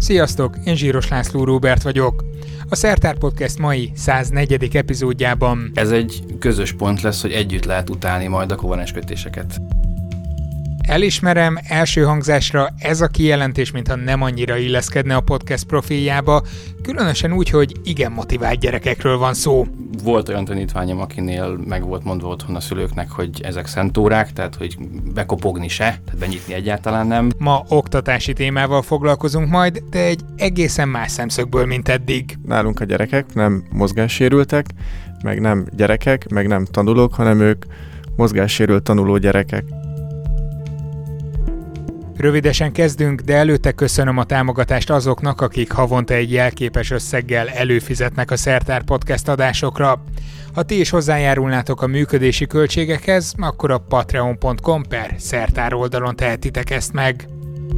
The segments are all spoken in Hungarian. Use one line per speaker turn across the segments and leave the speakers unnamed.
Sziasztok, én Zsíros László Róbert vagyok. A Szertár Podcast mai 104. epizódjában
ez egy közös pont lesz, hogy együtt lehet utálni majd a kovalens kötéseket.
Elismerem, első hangzásra ez a kijelentés mintha nem annyira illeszkedne a podcast profiljába, különösen úgy, hogy igen motivált gyerekekről van szó.
Volt olyan tanítványom, akinél meg volt mondva otthon a szülőknek, hogy ezek szentórák, tehát hogy bekopogni se, tehát benyitni egyáltalán nem.
Ma oktatási témával foglalkozunk majd, de egy egészen más szemszögből, mint eddig.
Nálunk a gyerekek nem mozgássérültek, meg nem gyerekek, meg nem tanulók, hanem ők mozgássérült tanuló gyerekek.
Rövidesen kezdünk, de előtte köszönöm a támogatást azoknak, akik havonta egy jelképes összeggel előfizetnek a Szertár Podcast adásokra. Ha ti is hozzájárulnátok a működési költségekhez, akkor a patreon.com/szertár oldalon tehetitek ezt meg.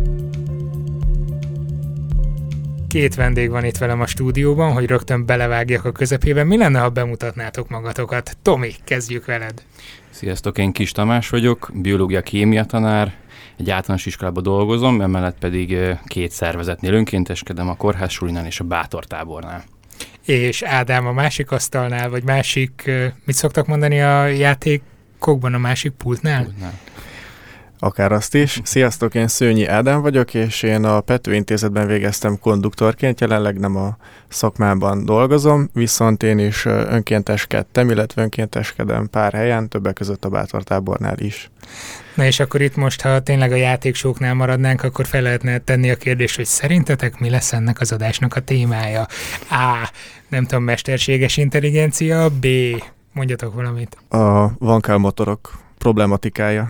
Két vendég van itt velem a stúdióban, hogy rögtön belevágjak a közepébe. Mi lenne, ha bemutatnátok magatokat? Tomi, kezdjük veled.
Sziasztok, én Kis Tamás vagyok, biológia-kémia tanár, egy általános iskolában dolgozom, emellett pedig két szervezetnél önkénteskedem, a Kórház Sulinál és a Bátor tábornál.
És Ádám a másik asztalnál, vagy másik, mit szoktak mondani a játékokban, a másik pultnál?
Akár azt is. Sziasztok, én Szőnyi Ádám vagyok, és én a Pető Intézetben végeztem konduktorként, jelenleg nem a szakmában dolgozom, viszont én is önkénteskedtem, illetve önkénteskedem pár helyen, többek között a Bátor tábornál is.
Na és akkor itt most, ha tényleg a játéksóknál maradnánk, akkor fel lehetne tenni a kérdést, hogy szerintetek mi lesz ennek az adásnak a témája? A. Nem tudom, mesterséges intelligencia, B. Mondjatok valamit.
A vankálmotorok problematikája.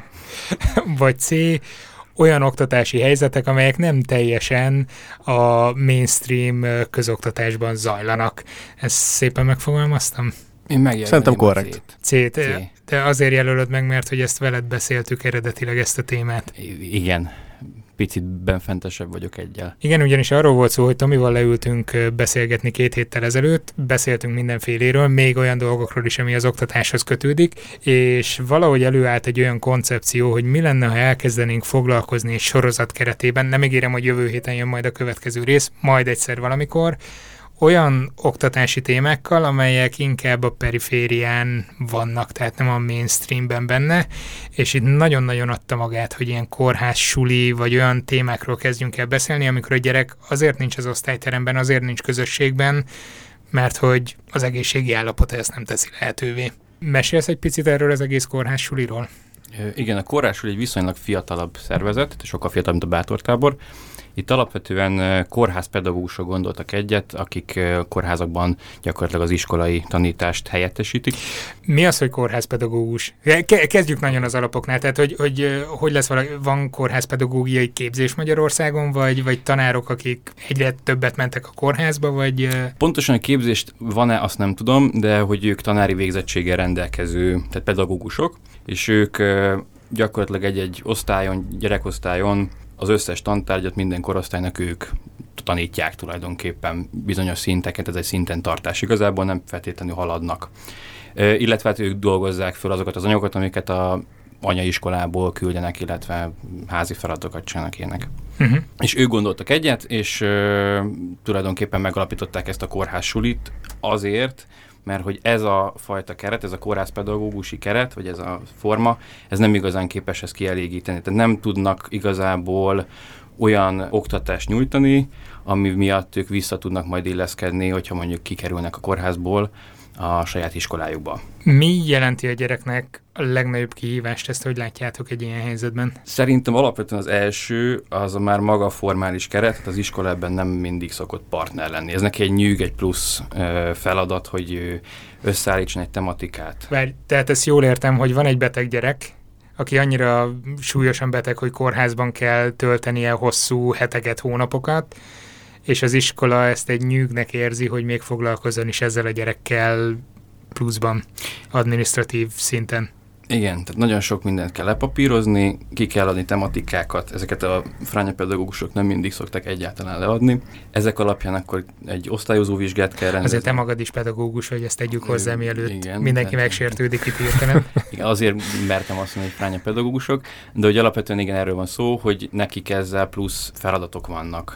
Vagy C. Olyan oktatási helyzetek, amelyek nem teljesen a mainstream közoktatásban zajlanak. Ezt szépen megfogalmaztam?
Én
szerintem korrekt.
C. Te azért jelölöd meg, mert hogy ezt veled beszéltük eredetileg, ezt a témát.
Igen, picit benfentesebb vagyok egyel.
Igen, ugyanis arról volt szó, hogy Tomival leültünk beszélgetni 2 héttel ezelőtt, beszéltünk mindenféléről, még olyan dolgokról is, ami az oktatáshoz kötődik, és valahogy előállt egy olyan koncepció, hogy mi lenne, ha elkezdenénk foglalkozni egy sorozat keretében, nem ígérem, hogy jövő héten jön majd a következő rész, majd egyszer valamikor, olyan oktatási témákkal, amelyek inkább a periférián vannak, tehát nem a mainstreamben benne, és itt nagyon-nagyon adta magát, hogy ilyen kórház, suli, vagy olyan témákról kezdjünk el beszélni, amikor a gyerek azért nincs az osztályteremben, azért nincs közösségben, mert hogy az egészségi állapota ezt nem teszi lehetővé. Mesélsz egy picit erről az egész kórház suliról?
Igen, a kórház suli egy viszonylag fiatalabb szervezet, sokkal fiatalabb, mint a Bátor tábor. Itt alapvetően kórházpedagógusok gondoltak egyet, akik kórházakban gyakorlatilag az iskolai tanítást helyettesítik.
Mi az, hogy kórházpedagógus? Kezdjük nagyon az alapoknál, tehát hogy lesz van kórházpedagógiai képzés Magyarországon, vagy tanárok, akik egyre többet mentek a kórházba, vagy...
Pontosan a képzést van-e, azt nem tudom, de hogy ők tanári végzettséggel rendelkező, tehát pedagógusok, és ők gyakorlatilag egy osztályon, gyerekosztályon az összes tantárgyat minden korosztálynak ők tanítják tulajdonképpen bizonyos szinteket, ez egy szinten tartás. Igazából nem feltétlenül haladnak. Illetve hát ők dolgozzák föl azokat az anyagokat, amiket a anyaiskolából küldenek, illetve házi feladatokat csinálnak ilyenek. Uh-huh. És ők gondoltak egyet, és tulajdonképpen megalapították ezt a kórház sulit azért, mert hogy ez a fajta keret, ez a kórházpedagógusi keret, vagy ez a forma, ez nem igazán képes ezt kielégíteni. Tehát nem tudnak igazából olyan oktatást nyújtani, ami miatt ők vissza tudnak majd illeszkedni, hogyha mondjuk kikerülnek a kórházból a saját iskolájukba. Mi
jelenti a gyereknek a legnagyobb kihívást, ezt hogy látjátok egy ilyen helyzetben?
Szerintem alapvetően az első, az a már maga formális keret, tehát az iskolában nem mindig szokott partner lenni. Ez neki egy plusz feladat, hogy összeállítson egy tematikát.
Tehát ezt jól értem, hogy van egy beteg gyerek, aki annyira súlyosan beteg, hogy kórházban kell töltenie hosszú heteket, hónapokat, és az iskola ezt egy nyűgnek érzi, hogy még foglalkozzon is ezzel a gyerekkel pluszban, adminisztratív szinten.
Igen, tehát nagyon sok mindent kell lepapírozni, ki kell adni tematikákat, ezeket a frányapedagógusok nem mindig szokták egyáltalán leadni. Ezek alapján akkor egy osztályozó vizsgát kell rendezni.
Azért te magad is pedagógus, hogy ezt tegyük hozzá, mielőtt igen, mindenki megsértődik itt hirtelen.
Igen, azért mertem azt mondani, hogy frányapedagógusok, de hogy alapvetően igen, erről van szó, hogy nekik ezzel plusz feladatok vannak.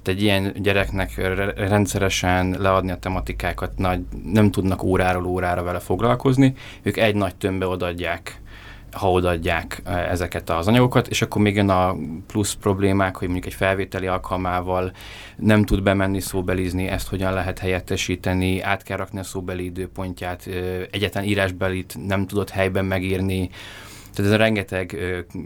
Tehát egy ilyen gyereknek rendszeresen leadni a tematikákat, nem tudnak óráról órára vele foglalkozni, ők egy nagy tömbbe odaadják, ha odaadják ezeket az anyagokat, és akkor még jön a plusz problémák, hogy mondjuk egy felvételi alkalmával nem tud bemenni szóbelizni, ezt hogyan lehet helyettesíteni, át kell rakni a szóbeli időpontját, egyetlen írásbelit nem tudott helyben megírni, tehát ez a rengeteg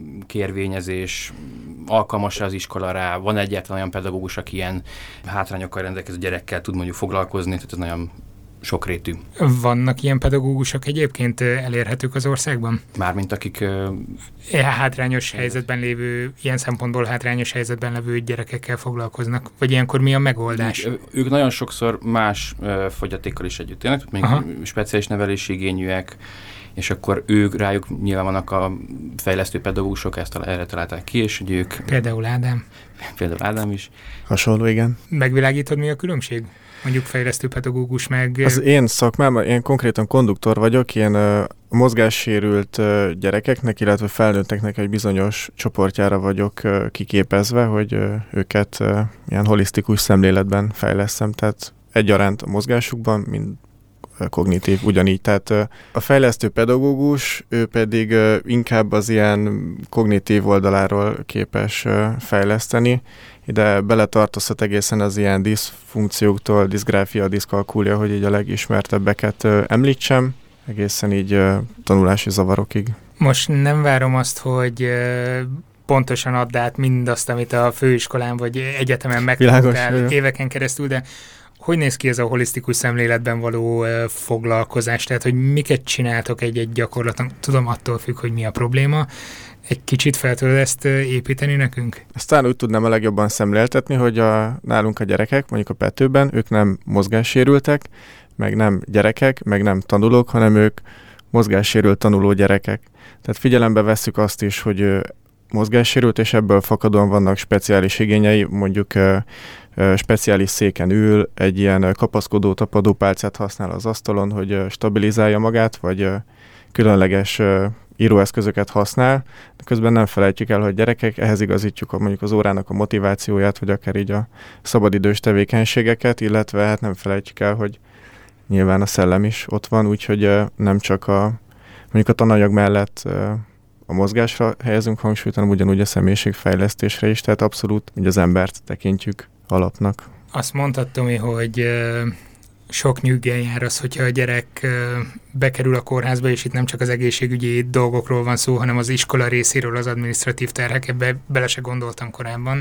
kérvényezés, alkalmas az iskola rá, van egyáltalán olyan pedagógus, aki ilyen hátrányokkal rendelkező gyerekkel tud mondjuk foglalkozni, tehát ez nagyon sokrétű.
Vannak ilyen pedagógusok egyébként elérhetők az országban?
Mármint akik...
hátrányos helyzetben lévő, ilyen szempontból hátrányos helyzetben levő gyerekekkel foglalkoznak? Vagy ilyenkor mi a megoldás?
Ők nagyon sokszor más fogyatékkal is együtt élnek, még speciális nevelési igényűek, és akkor ők rájuk nyilván vannak a fejlesztő pedagógusok, erre találták ki, és hogy ők...
Például Ádám.
Például Ádám is.
Hasonló, igen.
Megvilágítod, mi a különbség? Mondjuk fejlesztő pedagógus meg...
Az én szakmám, én konkrétan konduktor vagyok, én mozgássérült gyerekeknek, illetve felnőtteknek egy bizonyos csoportjára vagyok kiképezve, hogy őket ilyen holisztikus szemléletben fejlesztem, tehát egyaránt a mozgásukban, mind kognitív ugyanígy. Tehát a fejlesztő pedagógus, ő pedig inkább az ilyen kognitív oldaláról képes fejleszteni. Ide beletartozhat egészen az ilyen diszfunkcióktól, diszgráfia, diszkalkúlia, hogy így a legismertebbeket említsem, egészen így tanulási zavarokig.
Most nem várom azt, hogy pontosan add át mindazt, amit a főiskolán vagy egyetemen megtanultál éveken keresztül, de hogy néz ki ez a holisztikus szemléletben való foglalkozás? Tehát, hogy miket csináltok egy-egy gyakorlaton? Tudom, attól függ, hogy mi a probléma. Egy kicsit fel tudod ezt építeni nekünk?
Ezt talán úgy tudnám a legjobban szemléltetni, hogy nálunk a gyerekek, mondjuk a Petőben, ők nem mozgássérültek, meg nem gyerekek, meg nem tanulók, hanem ők mozgássérült tanuló gyerekek. Tehát figyelembe vesszük azt is, hogy mozgássérült, és ebből fakadóan vannak speciális igényei, mondjuk speciális széken ül, egy ilyen kapaszkodó tapadópálcát használ az asztalon, hogy stabilizálja magát, vagy különleges íróeszközöket használ, de közben nem felejtjük el, hogy gyerekek, ehhez igazítjuk mondjuk az órának a motivációját, vagy akár így a szabadidős tevékenységeket, illetve hát nem felejtjük el, hogy nyilván a szellem is ott van, úgyhogy nem csak mondjuk a tananyag mellett a mozgásra helyezünk hangsúlyt, hanem ugyanúgy a személyiségfejlesztésre is, tehát abszolút így az embert tekintjük alapnak.
Azt mondtad, Tomi, hogy sok nyűggel jár az, hogyha a gyerek bekerül a kórházba, és itt nem csak az egészségügyi dolgokról van szó, hanem az iskola részéről az adminisztratív terhek, ebbe bele se gondoltam korábban.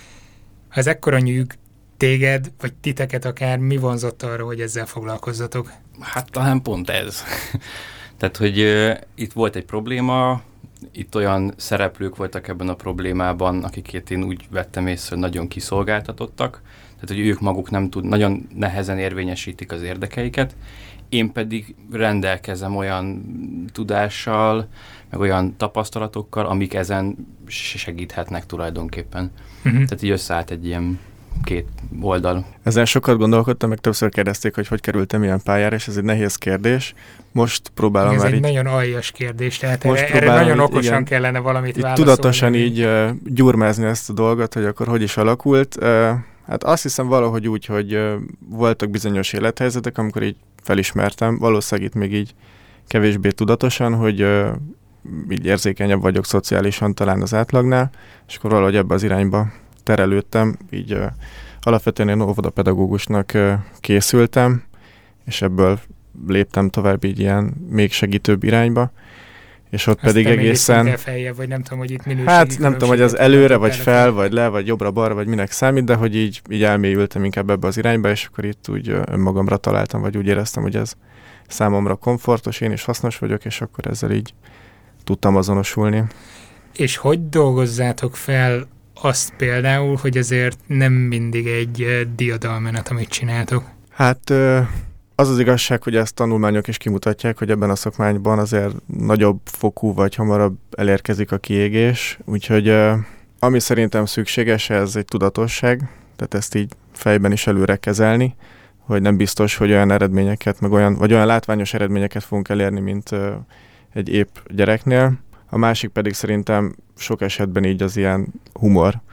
Ha ez ekkora nyűg, téged, vagy titeket akár, mi vonzott arra, hogy ezzel foglalkozzatok?
Hát talán pont ez. Tehát, hogy itt volt egy probléma, itt olyan szereplők voltak ebben a problémában, akiket én úgy vettem észre, hogy nagyon kiszolgáltatottak, tehát, hogy ők maguk nagyon nehezen érvényesítik az érdekeiket, én pedig rendelkezem olyan tudással, meg olyan tapasztalatokkal, amik ezen segíthetnek tulajdonképpen. Tehát így összeállt egy ilyen két oldal.
Ezen sokat gondolkodtam, meg többször kérdezték, hogy kerültem ilyen pályára, és ez egy nehéz kérdés. Most próbálom
ez
már
egy nagyon aljas kérdés, tehát erre nagyon okosan kellene valamit válaszolni.
Tudatosan így gyurmázni ezt a dolgot, hogy akkor hogy is alakult. Hát azt hiszem valahogy úgy, hogy voltak bizonyos élethelyzetek, amikor így felismertem, valószínűleg itt még így kevésbé tudatosan, hogy így érzékenyebb vagyok szociálisan talán az átlagnál, és akkor valahogy ebbe az irányba terelődtem, így alapvetően én óvodapedagógusnak készültem, és ebből léptem tovább így ilyen még segítőbb irányba, és ott pedig egészen...
Feljebb, vagy nem tudom, hogy itt minőségi
hát nem tudom, hogy az előre, vagy fel, vagy le, vagy jobbra-balra, vagy minek számít, de hogy így elmélyültem inkább ebbe az irányba, és akkor itt úgy önmagamra találtam, vagy úgy éreztem, hogy ez számomra komfortos, én is hasznos vagyok, és akkor ezzel így tudtam azonosulni.
És hogy dolgozzátok fel azt például, hogy azért nem mindig egy diadalmenet, amit csináltok?
Hát az az igazság, hogy ezt tanulmányok is kimutatják, hogy ebben a szakmányban azért nagyobb fokú vagy hamarabb elérkezik a kiégés, úgyhogy ami szerintem szükséges, ez egy tudatosság, tehát ezt így fejben is előre kezelni, hogy nem biztos, hogy olyan eredményeket, meg olyan látványos eredményeket fogunk elérni, mint egy épp gyereknél. A másik pedig szerintem sok esetben így az ilyen humor,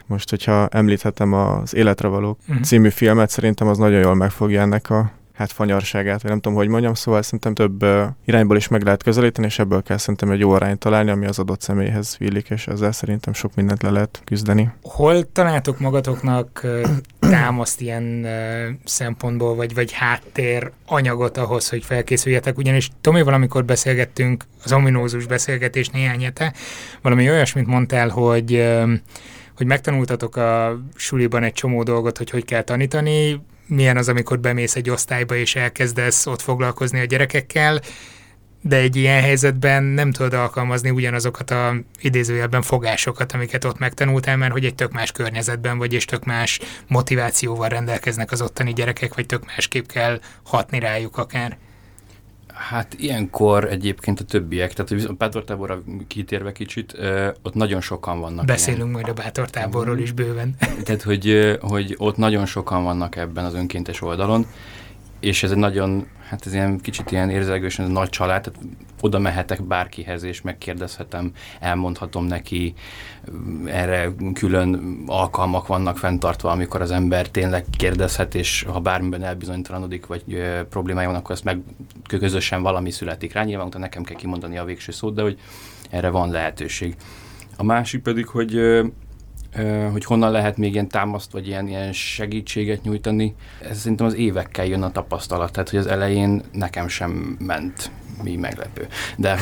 Most, hogyha említhetem az Életre valók című filmet, szerintem az nagyon jól megfogja ennek a fanyarságát, vagy nem tudom, hogy mondjam, szóval szerintem több irányból is meg lehet közelíteni, és ebből kell szerintem egy jó arányt találni, ami az adott személyhez illik, és ezzel szerintem sok mindent le lehet küzdeni.
Hol találtok magatoknak támaszt ilyen szempontból, vagy háttér anyagot ahhoz, hogy felkészüljetek? Ugyanis Tomival, amikor beszélgettünk, az ominózus beszélgetés néhány hete, valami olyasmit mondtál, hogy megtanultatok a suliban egy csomó dolgot, hogy kell tanítani, milyen az, amikor bemész egy osztályba és elkezdesz ott foglalkozni a gyerekekkel, de egy ilyen helyzetben nem tudod alkalmazni ugyanazokat a idézőjelben fogásokat, amiket ott megtanultál, mert hogy egy tök más környezetben vagy, és tök más motivációval rendelkeznek az ottani gyerekek, vagy tök másképp kell hatni rájuk akár.
Hát ilyenkor egyébként a többiek, tehát a bátortáborra kitérve kicsit, ott nagyon sokan vannak.
Beszélünk majd a bátortáborról is bőven.
Tehát, hogy ott nagyon sokan vannak ebben az önkéntes oldalon, és ez egy nagyon, hát ez ilyen kicsit ilyen érzelgősen nagy család, tehát oda mehetek bárkihez, és megkérdezhetem, elmondhatom neki, erre külön alkalmak vannak fenntartva, amikor az ember tényleg kérdezhet, és ha bármiben elbizonytalanodik, vagy problémája van, akkor ezt meg közösen valami születik rá. Nyilván utána nekem kell kimondani a végső szót, de hogy erre van lehetőség. A másik pedig, hogy honnan lehet még ilyen támaszt, vagy ilyen segítséget nyújtani. Ez szerintem az évekkel jön a tapasztalat, tehát hogy az elején nekem sem ment, mi meglepő. De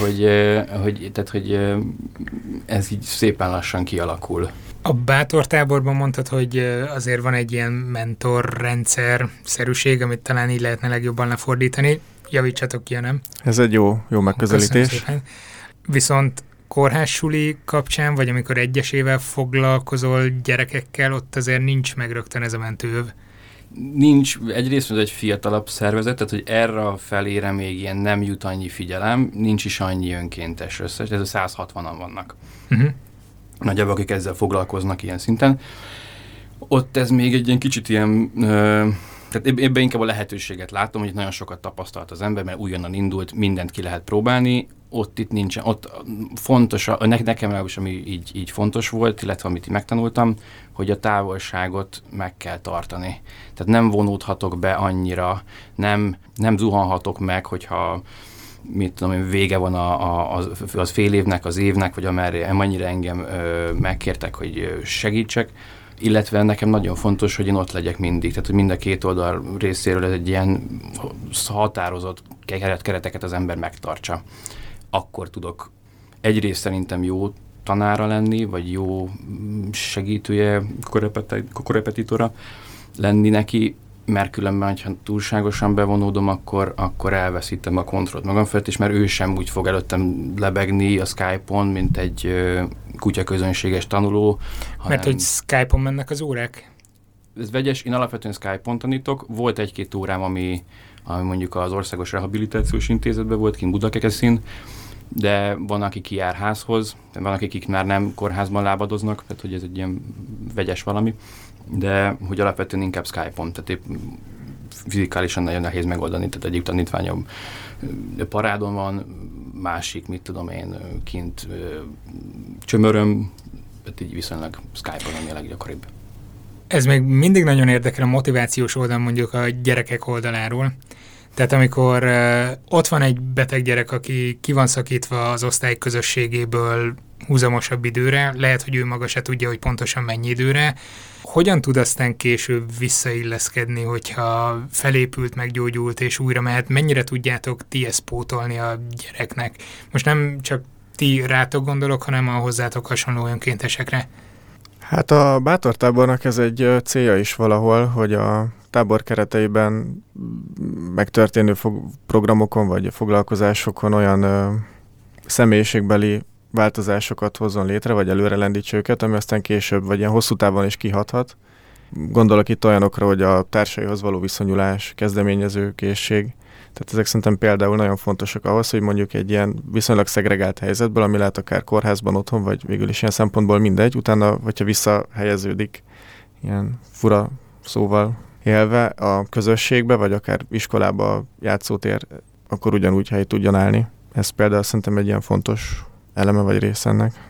hogy ez így szépen lassan kialakul.
A bátortáborban mondtad, hogy azért van egy ilyen mentorrendszer-szerűség, amit talán így lehetne legjobban lefordítani. Javítsatok ki, nem?
Ez egy jó megközelítés.
Viszont kórházsuli kapcsán, vagy amikor egyesével foglalkozol gyerekekkel, ott azért nincs meg rögtön ez a mentőöv.
Nincs, egyrészt ez egy fiatalabb szervezet, tehát hogy erre a felére még ilyen nem jut annyi figyelem, nincs is annyi önkéntes összes, ez a 160-an vannak. Nagyjából, akik ezzel foglalkoznak ilyen szinten. Ott ez még egy ilyen kicsit ilyen, tehát ebben inkább a lehetőséget látom, hogy nagyon sokat tapasztalt az ember, mert újonnan indult, mindent ki lehet próbálni, ott itt nincsen, ott fontos, nekem is, ami így fontos volt, illetve amit megtanultam, hogy a távolságot meg kell tartani. Tehát nem vonódhatok be annyira, nem zuhanhatok meg, hogyha mit tudom én, vége van az fél évnek, az évnek, vagy amennyire engem megkértek, hogy segítsek, illetve nekem nagyon fontos, hogy én ott legyek mindig, tehát hogy mind a két oldal részéről ez egy ilyen határozott kereteket az ember megtartsa. Akkor tudok egyrészt szerintem jó tanára lenni, vagy jó segítője, korepetitora lenni neki, mert különben, ha túlságosan bevonódom, akkor elveszítem a kontrollt magam felett, és mert ő sem úgy fog előttem lebegni a Skype-on, mint egy kutyaközönséges tanuló.
Mert hogy Skype-on mennek az órák?
Ez vegyes, én alapvetően Skype-on tanítok. Volt egy-két órám, ami mondjuk az Országos Rehabilitációs Intézetben volt, kint Budakeszin, de van, aki kijár házhoz, van, akik már nem kórházban lábadoznak, tehát hogy ez egy ilyen vegyes valami, de hogy alapvetően inkább Skype-on, tehát épp fizikálisan nagyon nehéz megoldani, tehát egyik tanítványom parádon van, másik, mit tudom én, kint csömöröm, tehát így viszonylag Skype-on ami a leggyakoribb.
Ez még mindig nagyon érdekel a motivációs oldal, mondjuk a gyerekek oldaláról. Tehát amikor ott van egy beteg gyerek, aki ki van szakítva az osztály közösségéből húzamosabb időre, lehet, hogy ő maga se tudja, hogy pontosan mennyi időre, hogyan tud aztán később visszailleszkedni, hogyha felépült, meggyógyult és újra mehet? Mennyire tudjátok ti ezt pótolni a gyereknek? Most nem csak ti rátok gondolok, hanem a hozzátok hasonló önkéntesekre.
Hát a bátortábornak ez egy célja is valahol, hogy a tábor kereteiben megtörténő programokon vagy foglalkozásokon olyan személyiségbeli változásokat hozzon létre, vagy előre lendítse őket, ami aztán később, vagy ilyen hosszú távon is kihathat. Gondolok itt olyanokra, hogy a társaihoz való viszonyulás, kezdeményező készség. Tehát ezek szerintem például nagyon fontosak ahhoz, hogy mondjuk egy ilyen viszonylag szegregált helyzetből, ami lehet akár kórházban, otthon, vagy végül is ilyen szempontból mindegy, utána, hogyha visszahelyeződik ilyen fura szóval élve a közösségbe, vagy akár iskolába a játszótér, akkor ugyanúgy helyt tudjon állni. Ez például szerintem egy ilyen fontos eleme vagy része ennek.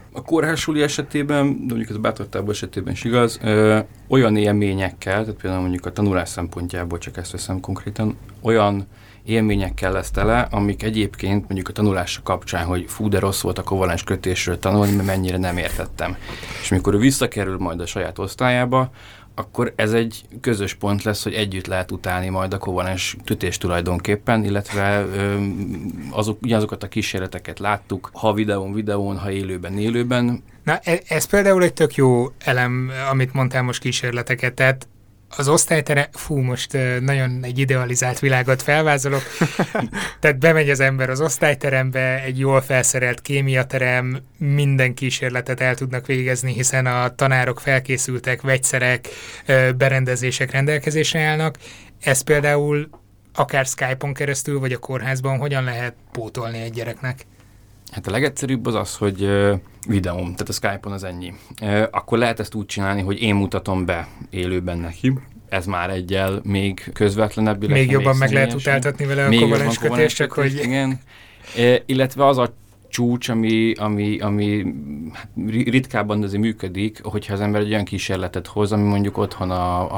A kórházsuli esetében, de mondjuk ez a bátortábor esetében is igaz, olyan élményekkel, tehát például mondjuk a tanulás szempontjából, csak ezt veszem konkrétan, olyan élményekkel lesz tele, amik egyébként mondjuk a tanulása kapcsán, hogy fú, de rossz volt a kovalens kötésről tanulni, mert mennyire nem értettem. És mikor ő visszakerül majd a saját osztályába, akkor ez egy közös pont lesz, hogy együtt lehet utálni majd a kovalens kötést tulajdonképpen, illetve ugyanazokat a kísérleteket láttuk, ha videón, ha élőben.
Na, ez például egy tök jó elem, amit mondtál most kísérleteket, tehát az osztályterem, most nagyon egy idealizált világot felvázolok, tehát bemegy az ember az osztályterembe, egy jól felszerelt kémiaterem, minden kísérletet el tudnak végezni, hiszen a tanárok felkészültek, vegyszerek, berendezések rendelkezésre állnak. Ez például akár Skype-on keresztül, vagy a kórházban hogyan lehet pótolni egy gyereknek?
Hát a legegyszerűbb az az, hogy videón, tehát a Skype-on az ennyi. Akkor lehet ezt úgy csinálni, hogy én mutatom be élőben neki. Ez már egyel még közvetlenebb.
Még jobban meg lehet utáltatni vele a kovalens kötést, csak hogy...
Igen. Illetve az a csúcs, ami ritkábban azért működik, hogyha az ember egy olyan kísérletet hoz, ami mondjuk otthon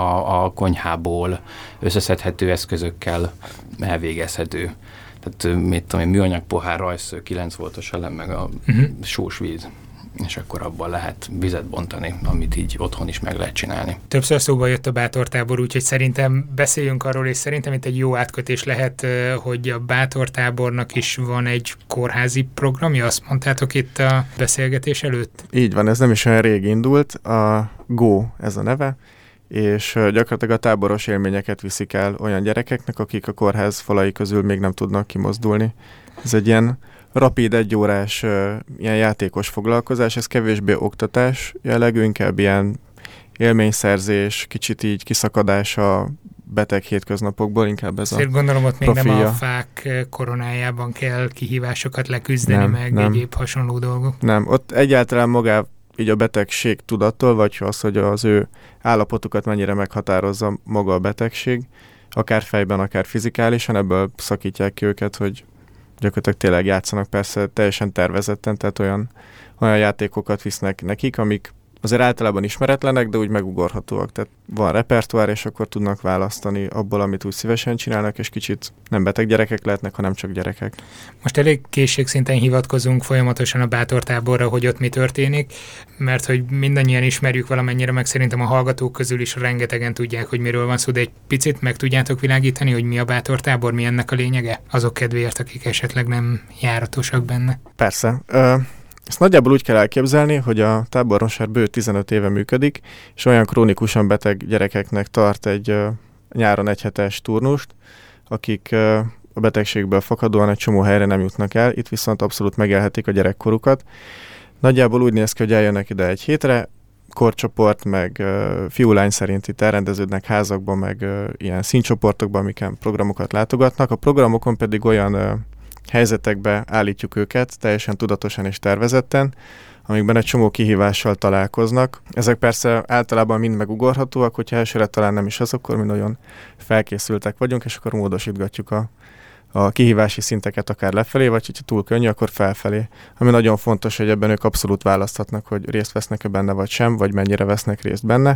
a konyhából összeszedhető eszközökkel elvégezhető. Tehát mit tudom én, műanyag pohár, rajzszög, 9 voltos elem, meg a sós víz. És akkor abban lehet vizet bontani, amit így otthon is meg lehet csinálni.
Többször szóba jött a bátortábor, úgyhogy szerintem beszéljünk arról, és szerintem itt egy jó átkötés lehet, hogy a bátortábornak is van egy kórházi programja, azt mondtátok itt a beszélgetés előtt?
Így van, ez nem is olyan rég indult, a Go ez a neve, és gyakorlatilag a táboros élményeket viszik el olyan gyerekeknek, akik a kórház falai közül még nem tudnak kimozdulni. Ez egy ilyen rapid, egyórás, ilyen játékos foglalkozás, ez kevésbé oktatás jellegű, inkább ilyen élményszerzés, kicsit így kiszakadás a beteg hétköznapokból, inkább ez
azért
a
gondolom, ott még
profilja.
nem a fák koronájában kell kihívásokat leküzdeni, nem. Egyéb hasonló dolgok.
Nem, ott egyáltalán magá így a betegség tudattól, vagy az, hogy az ő állapotukat mennyire meghatározza maga a betegség, akár fejben, akár fizikálisan, ebből szakítják ki őket, hogy gyakorlatilag tényleg játszanak, persze teljesen tervezetten, tehát olyan játékokat visznek nekik, amik azért általában ismeretlenek, de úgy megugorhatóak. Tehát van repertoár, és akkor tudnak választani abból, amit úgy szívesen csinálnak, és kicsit nem beteg gyerekek lehetnek, hanem csak gyerekek.
Most elég készségszinten hivatkozunk folyamatosan a bátortáborra, hogy ott mi történik, mert hogy mindannyian ismerjük valamennyire, meg szerintem a hallgatók közül is rengetegen tudják, hogy miről van szó, de egy picit meg tudjátok világítani, hogy mi a bátortábor, mi ennek a lényege? Azok kedvéért, akik esetleg nem járatosak benne.
Persze. Ezt nagyjából úgy kell elképzelni, hogy a tábor most már bő 15 éve működik, és olyan krónikusan beteg gyerekeknek tart egy nyáron egyhetes turnust, akik a betegségből fakadóan egy csomó helyre nem jutnak el, itt viszont abszolút megélhetik a gyerekkorukat. Nagyjából úgy néz ki, hogy eljönnek ide egy hétre, korcsoport, meg fiú-lány szerint itt elrendeződnek házakban, meg ilyen színcsoportokban, amiken programokat látogatnak. A programokon pedig olyan helyzetekbe állítjuk őket, teljesen tudatosan és tervezetten, amikben egy csomó kihívással találkoznak. Ezek persze általában mind megugorhatóak, hogyha elsőre talán nem is az, akkor mi nagyon felkészültek vagyunk, és akkor módosítgatjuk a kihívási szinteket akár lefelé, vagy hogyha túl könnyű, akkor felfelé. Ami nagyon fontos, hogy ebben ők abszolút választhatnak, hogy részt vesznek-e benne vagy sem, vagy mennyire vesznek részt benne,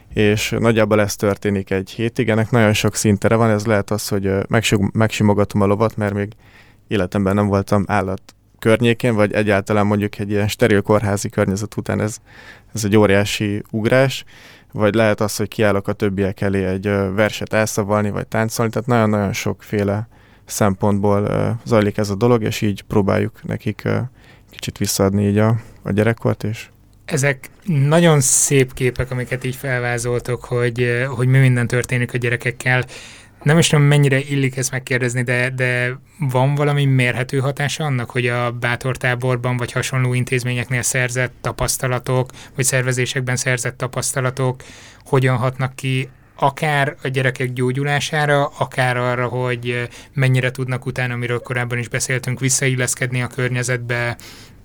és nagyjából ez történik egy hétig. Ennek nagyon sok szintere van, ez lehet az, hogy megsimogatom a lovat, mert még életemben nem voltam állat környékén, vagy egyáltalán mondjuk egy ilyen steril kórházi környezet után ez egy óriási ugrás, vagy lehet az, hogy kiállok a többiek elé egy verset elszavalni, vagy táncolni, tehát nagyon-nagyon sokféle szempontból zajlik ez a dolog, és így próbáljuk nekik kicsit visszaadni így a gyerekkort, és
ezek nagyon szép képek, amiket így felvázoltok, hogy mi minden történik a gyerekekkel. Nem is tudom, mennyire illik ezt megkérdezni, de van valami mérhető hatása annak, hogy a bátortáborban vagy hasonló intézményeknél szerzett tapasztalatok, vagy szervezésekben szerzett tapasztalatok hogyan hatnak ki akár a gyerekek gyógyulására, akár arra, hogy mennyire tudnak utána, amiről korábban is beszéltünk, visszailleszkedni a környezetbe,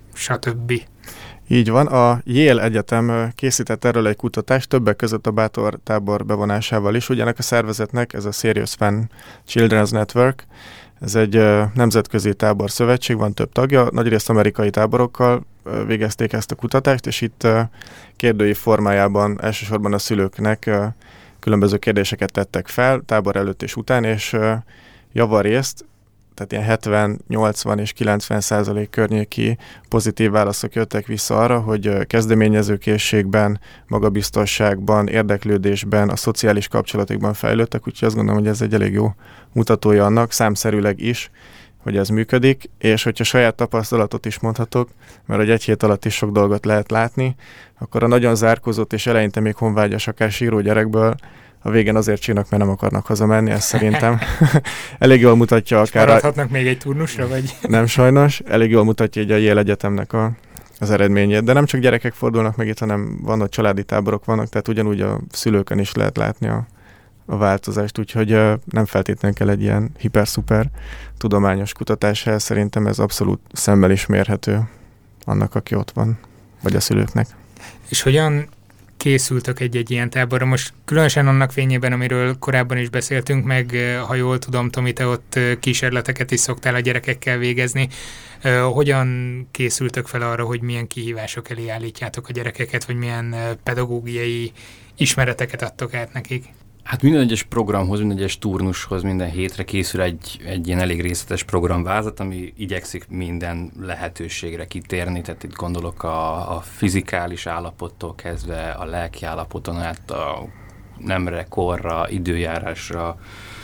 stb. Így
van, a Yale Egyetem készített erről egy kutatást, többek között a bátortábor bevonásával is. Ugye ennek a szervezetnek, ez a Serious Fan Children's Network, Ez egy nemzetközi táborszövetség, van több tagja, nagyrészt amerikai táborokkal végezték ezt a kutatást, és itt kérdőív formájában elsősorban a szülőknek különböző kérdéseket tettek fel, tábor előtt és után, és javarészt, tehát ilyen 70, 80 és 90% környéki pozitív válaszok jöttek vissza arra, hogy kezdeményezőkészségben, magabiztosságban, érdeklődésben, a szociális kapcsolatokban fejlődtek, úgyhogy azt gondolom, hogy ez egy elég jó mutatója annak, számszerűleg is, hogy ez működik, és hogyha saját tapasztalatot is mondhatok, mert hogy egy hét alatt is sok dolgot lehet látni, akkor a nagyon zárkózott és eleinte még honvágyas, akár síró gyerekből a végén azért csinálnak, mert nem akarnak hazamenni, ez szerintem elég jól mutatja akár...
Maradhatnak még egy turnusra, vagy?
Nem sajnos, elég jól mutatja így a Yale Egyetemnek az eredményét, de nem csak gyerekek fordulnak meg itt, hanem vannak családi táborok vannak, tehát ugyanúgy a szülőkön is lehet látni a változást, úgyhogy nem feltétlenül kell egy ilyen hiper-szuper tudományos kutatáshoz, szerintem ez abszolút szemmel is mérhető annak, aki ott van, vagy a szülőknek.
És hogyan készültök egy ilyen táborra? Most különösen annak fényében, amiről korábban is beszéltünk, meg ha jól tudom, Tomi, te ott kísérleteket is szoktál a gyerekekkel végezni. Hogyan készültök fel arra, hogy milyen kihívások elé állítjátok a gyerekeket, vagy milyen pedagógiai ismereteket adtok át nekik?
Hát minden egyes programhoz, minden egyes turnushoz minden hétre készül egy ilyen elég részletes programvázat, ami igyekszik minden lehetőségre kitérni, tehát itt gondolok a fizikális állapottól kezdve a lelki állapoton át a nemre, korra, időjárásra,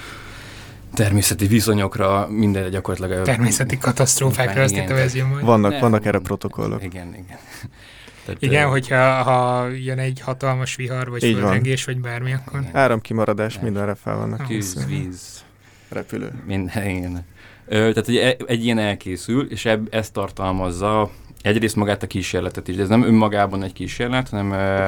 természeti viszonyokra, minden gyakorlatilag...
Természeti katasztrófákra, azt hittem ez jön majd.
Vannak erre protokollok.
Igen. Tehát,
igen, hogyha jön egy hatalmas vihar, vagy földrengés, vagy bármi, akkor...
Áramkimaradás, mindenre fel vannak.
Tűz, víz,
repülő.
Minden, igen. Tehát egy ilyen elkészül, és ezt tartalmazza egyrészt magát a kísérletet is, de ez nem önmagában egy kísérlet, hanem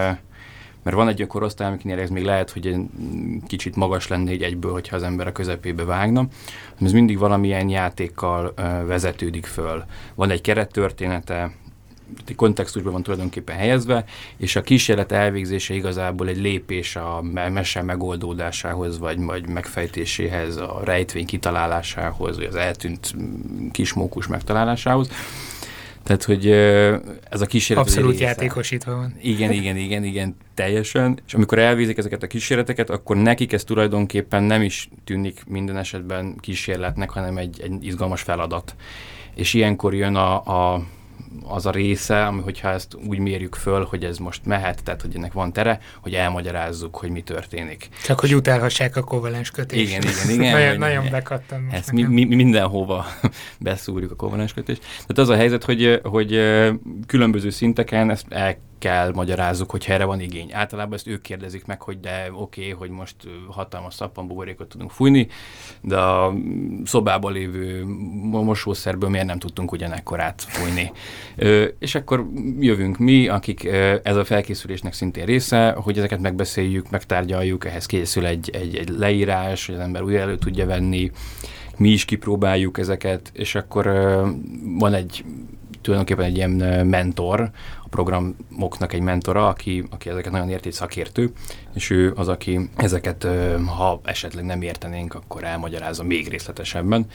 mert van egy olyan korosztály, amiknél ez még lehet, hogy egy kicsit magas lenne így egyből, hogyha az ember a közepébe vágna. Ez mindig valamilyen játékkal vezetődik föl. Van egy kerettörténete, kontextusban van tulajdonképpen helyezve, és a kísérlet elvégzése igazából egy lépés a mese megoldódásához, vagy megfejtéséhez, a rejtvény kitalálásához, vagy az eltűnt kismókus megtalálásához. Tehát, hogy ez a kísérlet...
Abszolút játékosítva van.
Igen, teljesen. És amikor elvégzik ezeket a kísérleteket, akkor nekik ez tulajdonképpen nem is tűnik minden esetben kísérletnek, hanem egy izgalmas feladat. És ilyenkor jön az a része, ami hogyha ezt úgy mérjük föl, hogy ez most mehet, tehát hogy ennek van tere, hogy elmagyarázzuk, hogy mi történik.
Csak hogy utálhassák a kovalens kötést.
Igen.
nagyon bekattam.
Ezt mindenhova beszúrjuk a kovalens kötést. Tehát az a helyzet, hogy különböző szinteken ezt el kell magyarázzuk, hogy erre van igény. Általában ezt ők kérdezik meg, hogy de oké, hogy most hatalmas szappanbuborékot tudunk fújni, de a szobában lévő mosószerből miért nem tudtunk ugyanekkorát fújni. És akkor jövünk mi, akik ez a felkészülésnek szintén része, hogy ezeket megbeszéljük, megtárgyaljuk, ehhez készül egy leírás, hogy az ember újra elő tudja venni, mi is kipróbáljuk ezeket, és akkor van tulajdonképpen egy ilyen mentor, a programoknak egy mentora, aki ezeket nagyon érti, szakértő, és ő az, aki ezeket, ha esetleg nem értenénk, akkor elmagyarázza még részletesebben.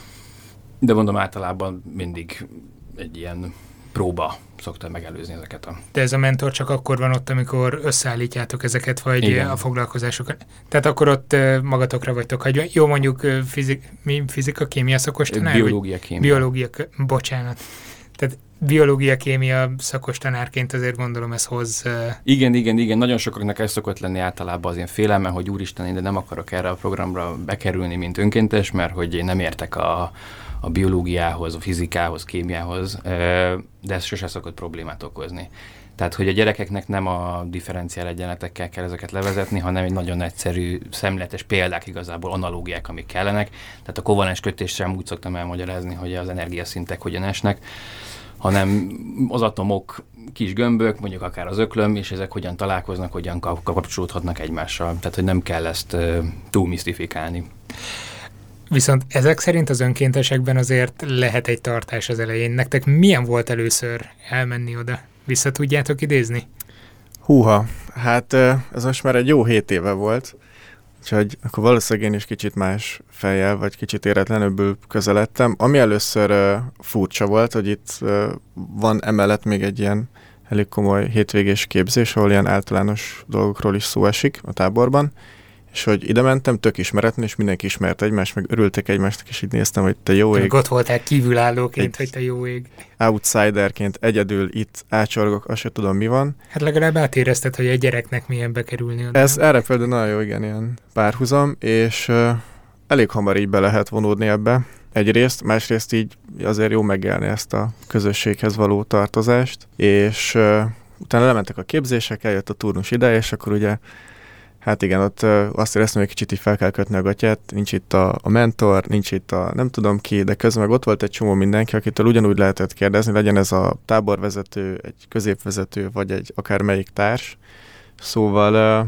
De mondom, általában mindig egy ilyen próba szokta megelőzni ezeket
De ez a mentor csak akkor van ott, amikor összeállítjátok ezeket, vagy igen. A foglalkozásokat. Tehát akkor ott magatokra vagytok hagyva. Jó, mondjuk fizika, kémia szakos tanár?
Biológia, kémia.
Bocsánat. Tehát biológia-kémia szakos tanárként azért gondolom ez hoz...
Igen. Nagyon sokaknak ez szokott lenni általában az én félelme, hogy úristen, de nem akarok erre a programra bekerülni, mint önkéntes, mert hogy én nem értek a biológiához, a fizikához, kémiához, de ez sose szokott problémát okozni. Tehát, hogy a gyerekeknek nem a differenciál egyenletekkel kell ezeket levezetni, hanem egy nagyon egyszerű, szemléletes példák igazából, analógiák, amik kellenek. Tehát a kovalens kötést sem úgy szoktam elmagyarázni, hogy az energiaszintek hogyan esnek, hanem az atomok kis gömbök, mondjuk akár az öklöm, és ezek hogyan találkoznak, hogyan kapcsolódhatnak egymással. Tehát, hogy nem kell ezt túl misztifikálni.
Viszont ezek szerint az önkéntesekben azért lehet egy tartás az elején. Nektek milyen volt először elmenni oda? Vissza tudjátok idézni?
Húha, hát ez most már egy jó 7 éve volt. Úgyhogy akkor valószínűleg én is kicsit más fejjel, vagy kicsit éretlenül közeledtem. Ami először furcsa volt, hogy itt van emellett még egy ilyen elég komoly hétvégés képzés, ahol ilyen általános dolgokról is szó esik a táborban, és hogy ide mentem, tök ismeretlen, és mindenki ismert egymást, meg örültek egymásnak, és így néztem, hogy te jó ég.
Ott voltál kívülállóként, hogy te jó ég.
Outsiderként egyedül itt ácsorgok, azt se tudom, mi van.
Hát legalább átérezted, hogy egy gyereknek milyen bekerülni.
Ez erre például nagyon jó, igen, ilyen párhuzam, és elég hamar így be lehet vonódni ebbe. Egyrészt, másrészt így azért jó megélni ezt a közösséghez való tartozást, és utána lementek a képzések, eljött a turnus ideje, és akkor ugye hát igen, ott azt éreztem, hogy kicsit így fel kell kötni a gatyát, nincs itt a mentor, nincs itt a nem tudom ki, de közben meg ott volt egy csomó mindenki, akitől ugyanúgy lehetett kérdezni, legyen ez a táborvezető, egy középvezető, vagy egy akármelyik társ. Szóval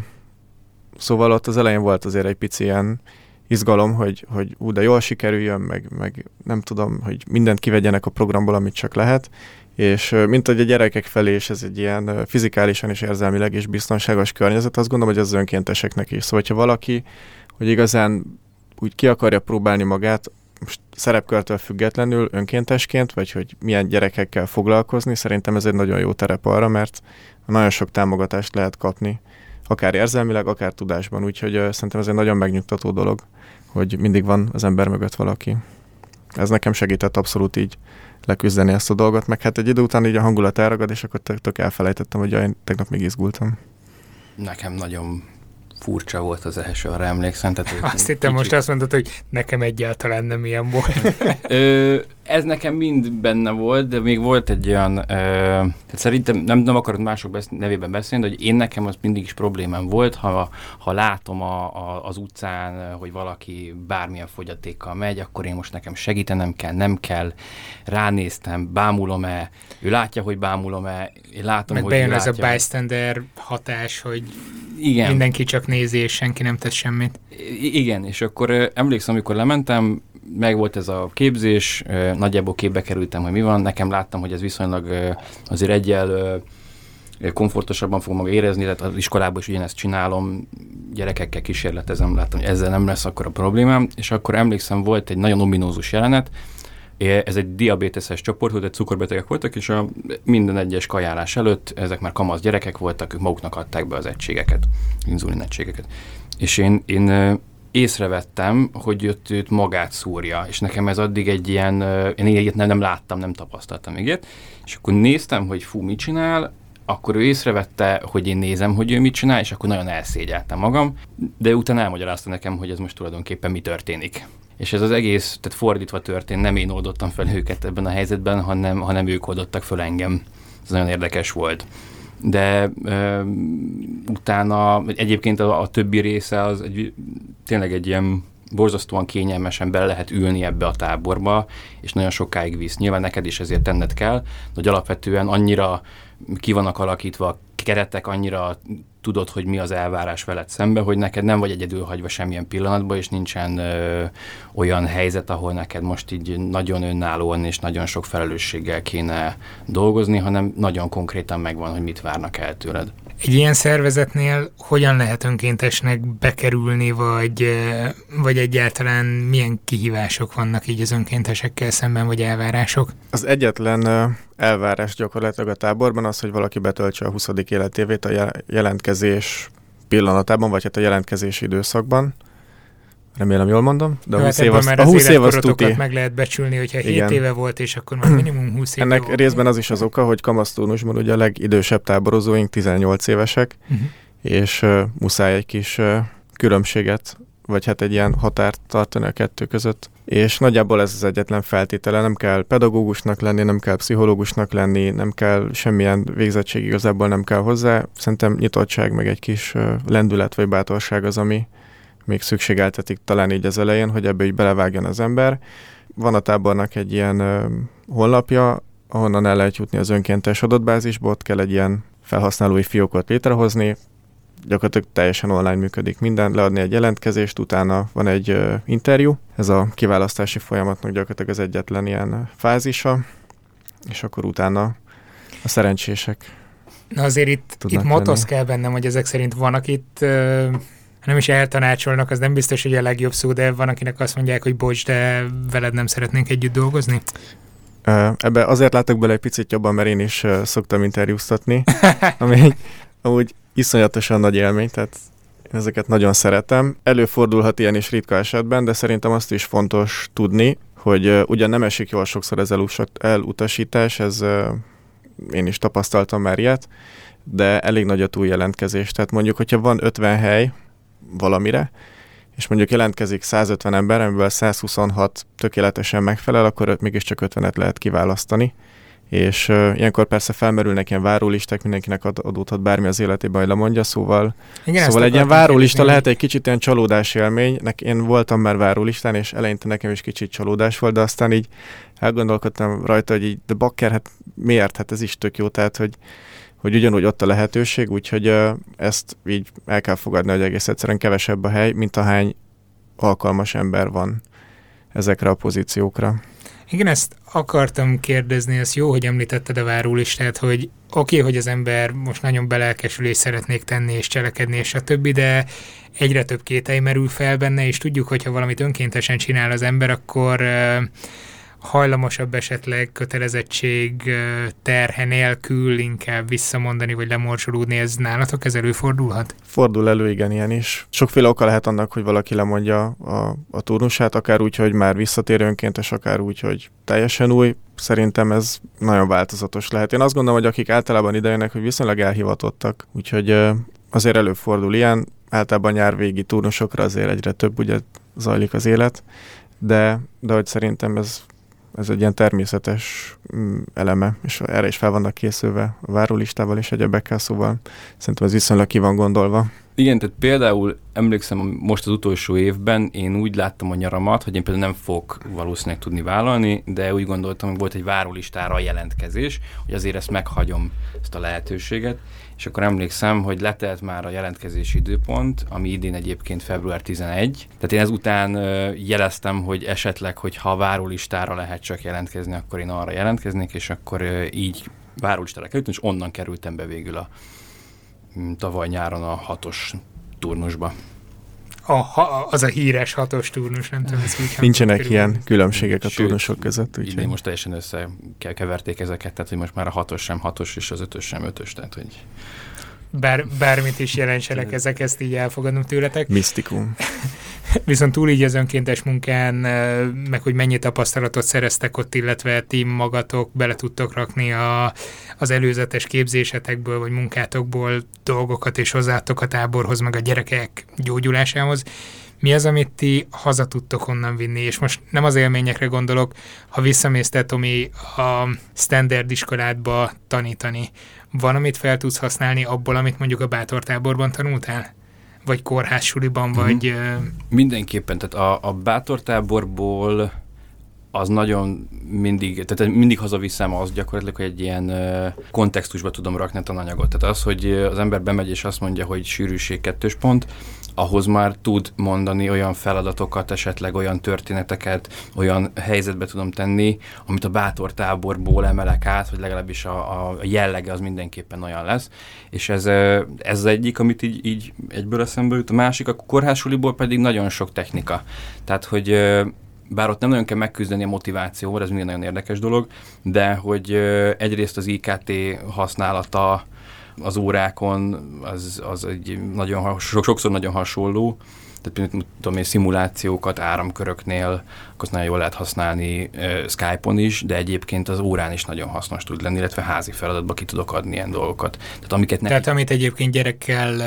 ott az elején volt azért egy pici ilyen izgalom, hogy de jól sikerüljön, meg nem tudom, hogy mindent kivegyenek a programból, amit csak lehet, és mint hogy a gyerekek felé is ez egy ilyen fizikálisan és érzelmileg is biztonságos környezet, azt gondolom, hogy az önkénteseknek is. Szóval, ha valaki, hogy igazán úgy ki akarja próbálni magát, most szerepkörtől függetlenül önkéntesként, vagy hogy milyen gyerekekkel foglalkozni, szerintem ez egy nagyon jó terep arra, mert nagyon sok támogatást lehet kapni, akár érzelmileg, akár tudásban, úgyhogy szerintem ez egy nagyon megnyugtató dolog, hogy mindig van az ember mögött valaki. Ez nekem segített abszolút így leküzdeni ezt a dolgot, meg hát egy idő után így a hangulat elragad, és akkor tök elfelejtettem, hogy én tegnap még izgultam.
Nekem nagyon furcsa volt az első, arra emlékszem.
Azt hittem, most azt mondod, hogy nekem egyáltalán nem ilyen volt.
Ez nekem mind benne volt, de még volt egy olyan, szerintem nem akarok mások nevében beszélni, de hogy én nekem az mindig is problémám volt, ha látom az utcán, hogy valaki bármilyen fogyatékkal megy, akkor én most nekem segítenem kell, nem kell, ránéztem, bámulom-e, ő látja, hogy bámulom-e, én látom,
meg
hogy
bejön
látja.
ez a bystander hatás, hogy
igen.
Mindenki csak nézi, és senki nem tesz semmit.
Igen, és akkor emlékszem, amikor lementem, meg volt ez a képzés, nagyjából képbe kerültem, hogy mi van. Nekem láttam, hogy ez viszonylag azért egyel komfortosabban fogom maga érezni, tehát az iskolában is ugyanezt csinálom, gyerekekkel kísérletezem, láttam, hogy ezzel nem lesz akkor a problémám, és akkor emlékszem, volt egy nagyon ominózus jelenet, ez egy diabéteses csoport volt, egy cukorbetegek voltak, és minden egyes kajálás előtt ezek már kamasz gyerekek voltak, ők maguknak adták be az egységeket, inzulin egységeket. És én észrevettem, hogy őt magát szúrja, és nekem ez addig egy ilyen, én ilyet nem láttam, nem tapasztaltam még ilyet, és akkor néztem, hogy mit csinál, akkor ő észrevette, hogy én nézem, hogy ő mit csinál, és akkor nagyon elszégyeltem magam, de utána elmagyarázta nekem, hogy ez most tulajdonképpen mi történik. És ez az egész, tehát fordítva történt, nem én oldottam fel őket ebben a helyzetben, hanem ők oldottak fel engem. Ez nagyon érdekes volt. De utána egyébként a többi része az tényleg egy ilyen borzasztóan kényelmesen bele lehet ülni ebbe a táborba, és nagyon sokáig visz. Nyilván neked is ezért tenned kell, de hogy alapvetően annyira ki vannak alakítva a keretek, annyira tudod, hogy mi az elvárás veled szembe, hogy neked nem vagy egyedül hagyva semmilyen pillanatban, és nincsen olyan helyzet, ahol neked most így nagyon önállóan és nagyon sok felelősséggel kéne dolgozni, hanem nagyon konkrétan megvan, hogy mit várnak el tőled.
Egy ilyen szervezetnél hogyan lehet önkéntesnek bekerülni, vagy egyáltalán milyen kihívások vannak így az önkéntesekkel szemben, vagy elvárások?
Az egyetlen elvárás gyakorlatilag a táborban az, hogy valaki betöltse a 20. életévét a jelentkezés pillanatában, vagy hát a jelentkezési időszakban. Remélem jól mondom, de a 20 év az tuti.
Meg lehet becsülni, hogyha 7 éve volt, és akkor már minimum 20 éve
ennek
volt.
Részben az is az oka, hogy kamaszturnusban ugye a legidősebb táborozóink 18 évesek, és muszáj egy kis különbséget, vagy hát egy ilyen határt tartani a kettő között. És nagyjából ez az egyetlen feltétele, nem kell pedagógusnak lenni, nem kell pszichológusnak lenni, nem kell semmilyen végzettség igazából nem kell hozzá. Szerintem nyitottság, meg egy kis lendület vagy bátorság az, ami még szükségeltetik talán így az elején, hogy ebbe így belevágjon az ember. Van a tábornak egy ilyen honlapja, ahonnan el lehet jutni az önkéntes adatbázisból, ott kell egy ilyen felhasználói fiókot létrehozni, gyakorlatilag teljesen online működik minden, leadni egy jelentkezést, utána van egy interjú, ez a kiválasztási folyamatnak gyakorlatilag az egyetlen ilyen fázisa, és akkor utána a szerencsések.
Na azért itt motoszkál bennem, hogy ezek szerint vannak itt nem is eltanácsolnak, az nem biztos, hogy a legjobb szó, de van, akinek azt mondják, hogy bocs, de veled nem szeretnénk együtt dolgozni?
Ebbe azért látok bele egy picit jobban, mert én is szoktam interjúztatni, ami amúgy iszonyatosan nagy élmény, tehát ezeket nagyon szeretem. Előfordulhat ilyen is ritka esetben, de szerintem azt is fontos tudni, hogy ugyan nem esik jól sokszor ez elutasítás, ez én is tapasztaltam már ilyet, de elég nagy a túljelentkezés. Tehát mondjuk, hogyha van 50 hely valamire, és mondjuk jelentkezik 150 ember, amiből 126 tökéletesen megfelel, akkor mégiscsak 50-et lehet kiválasztani. És ilyenkor persze felmerülnek ilyen várólisták, mindenkinek adódhat bármi az életében, hogy lemondja, szóval egy ilyen várólista lehet egy kicsit ilyen csalódás élmény. Én voltam már várólistán, és eleinte nekem is kicsit csalódás volt, de aztán így elgondolkodtam rajta, hogy így, de bakker, hát miért? Hát ez is tök jó, tehát hogy ugyanúgy ott a lehetőség, úgyhogy ezt így el kell fogadni, hogy egész egyszerűen kevesebb a hely, mint ahány alkalmas ember van ezekre a pozíciókra.
Igen, ezt akartam kérdezni, ez jó, hogy említetted a várólistát, hogy oké, hogy az ember most nagyon belelkesül és szeretnék tenni és cselekedni és a többi, de egyre több kételj merül fel benne, és tudjuk, hogyha valamit önkéntesen csinál az ember, akkor hajlamosabb esetleg kötelezettség terhe nélkül inkább visszamondani, vagy lemorzsolódni, ez nálatok ez előfordulhat?
Fordul elő, igen, ilyen is. Sokféle oka lehet annak, hogy valaki lemondja a turnusát, akár úgy, hogy már visszatér önkéntes, akár úgy, hogy teljesen új. Szerintem ez nagyon változatos lehet. Én azt gondolom, hogy akik általában idejönnek, hogy viszonylag elhivatottak, úgyhogy azért előfordul ilyen. Általában nyárvégi turnusokra azért egyre több ugye zajlik az élet, de hogy szerintem ez egy ilyen természetes eleme, és erre is fel vannak készülve a várólistával és egyebekkel, szóval szerintem ez viszonylag ki van gondolva.
Igen, tehát például emlékszem, most az utolsó évben én úgy láttam a nyaramat, hogy én például nem fogok valószínűleg tudni vállalni, de úgy gondoltam, hogy volt egy várólistára a jelentkezés, hogy azért ezt meghagyom, ezt a lehetőséget, és akkor emlékszem, hogy letelt már a jelentkezési időpont, ami idén egyébként február 11. Tehát én ezután jeleztem, hogy esetleg, hogyha a várólistára lehet csak jelentkezni, akkor én arra jelentkeznék, és akkor így várólistára kerültem, és onnan kerültem be végül tavaly nyáron a 6-os turnusba.
Az a híres 6-os turnus, nem tudom, ez úgy
nincsenek ilyen különbségek a turnusok között.
Így most teljesen összekeverték ezeket, tehát hogy most már a 6-os sem 6-os, és az 5-ös sem 5-ös, tehát hogy...
Bármit is jelentsenek ezek, ezt így elfogadom tőletek.
Misztikum.
Viszont túl így az önkéntes munkán, meg hogy mennyi tapasztalatot szereztek ott, illetve ti magatok bele tudtok rakni az előzetes képzésetekből, vagy munkátokból dolgokat, és hozzátok a táborhoz, meg a gyerekek gyógyulásához. Mi az, amit ti haza tudtok onnan vinni? És most nem az élményekre gondolok, ha visszamész te, Tomi, a standard iskoládba tanítani, van, amit fel tudsz használni abból, amit mondjuk a bátortáborban tanultál? Vagy kórházsuliban, vagy...
Mindenképpen, tehát a bátortáborból az nagyon mindig hazaviszem az gyakorlatilag, hogy egy ilyen kontextusba tudom rakni a tananyagot. Tehát az, hogy az ember bemegy és azt mondja, hogy sűrűség 2 pont, ahhoz már tud mondani olyan feladatokat, esetleg olyan történeteket, olyan helyzetbe tudom tenni, amit a bátortáborból emelek át, hogy legalábbis a jellege az mindenképpen olyan lesz. És ez az egyik, amit így egyből eszembe jut. A másik, a kórházsuliból pedig nagyon sok technika. Tehát, hogy bár ott nem nagyon kell megküzdeni a motivációval, ez mindig nagyon érdekes dolog, de hogy egyrészt az IKT használata az órákon az egy sokszor nagyon hasonló, tehát tudom én, szimulációkat áramköröknél, azt nagyon jól lehet használni Skype-on is, de egyébként az órán is nagyon hasznos tud lenni, illetve házi feladatba ki tudok adni ilyen dolgokat. Tehát
amit egyébként gyerekkel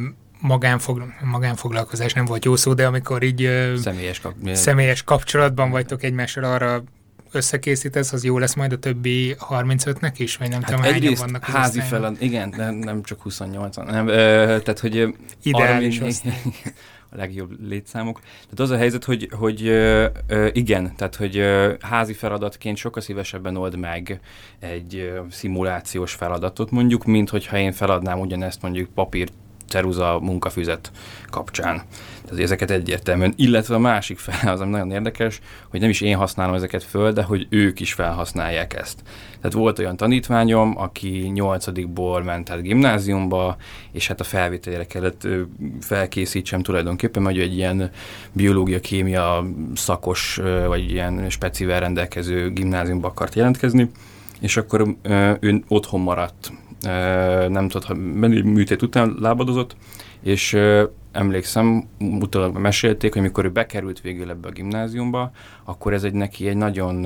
magánfoglalkozás nem volt jó szó, de amikor így személyes kapcsolatban vagytok egymással, arra összekészítesz, az jó lesz majd a többi 35-nek is? Vagy nem tudom, hányan vannak az
házi feladat, igen, nem csak 28-an, nem, tehát hogy
ideális
a legjobb létszámok. Tehát az a helyzet, hogy igen, tehát hogy házi feladatként sokkal szívesebben old meg egy szimulációs feladatot mondjuk, mint hogyha én feladnám ugyanezt mondjuk papír ceruza munkafüzet kapcsán. Tehát ezeket egyértelműen. Illetve a másik fele az, ami nagyon érdekes, hogy nem is én használom ezeket föl, de hogy ők is felhasználják ezt. Tehát volt olyan tanítványom, aki 8-ból ment át gimnáziumba, és hát a felvételére kellett felkészítsem tulajdonképpen, hogy egy ilyen biológia-kémia szakos, vagy ilyen specivel rendelkező gimnáziumba akart jelentkezni, és akkor ő otthon maradt, nem tudott, műtét után lábadozott, és emlékszem, utólag mesélték, hogy mikor ő bekerült végül ebbe a gimnáziumba, akkor ez neki egy nagyon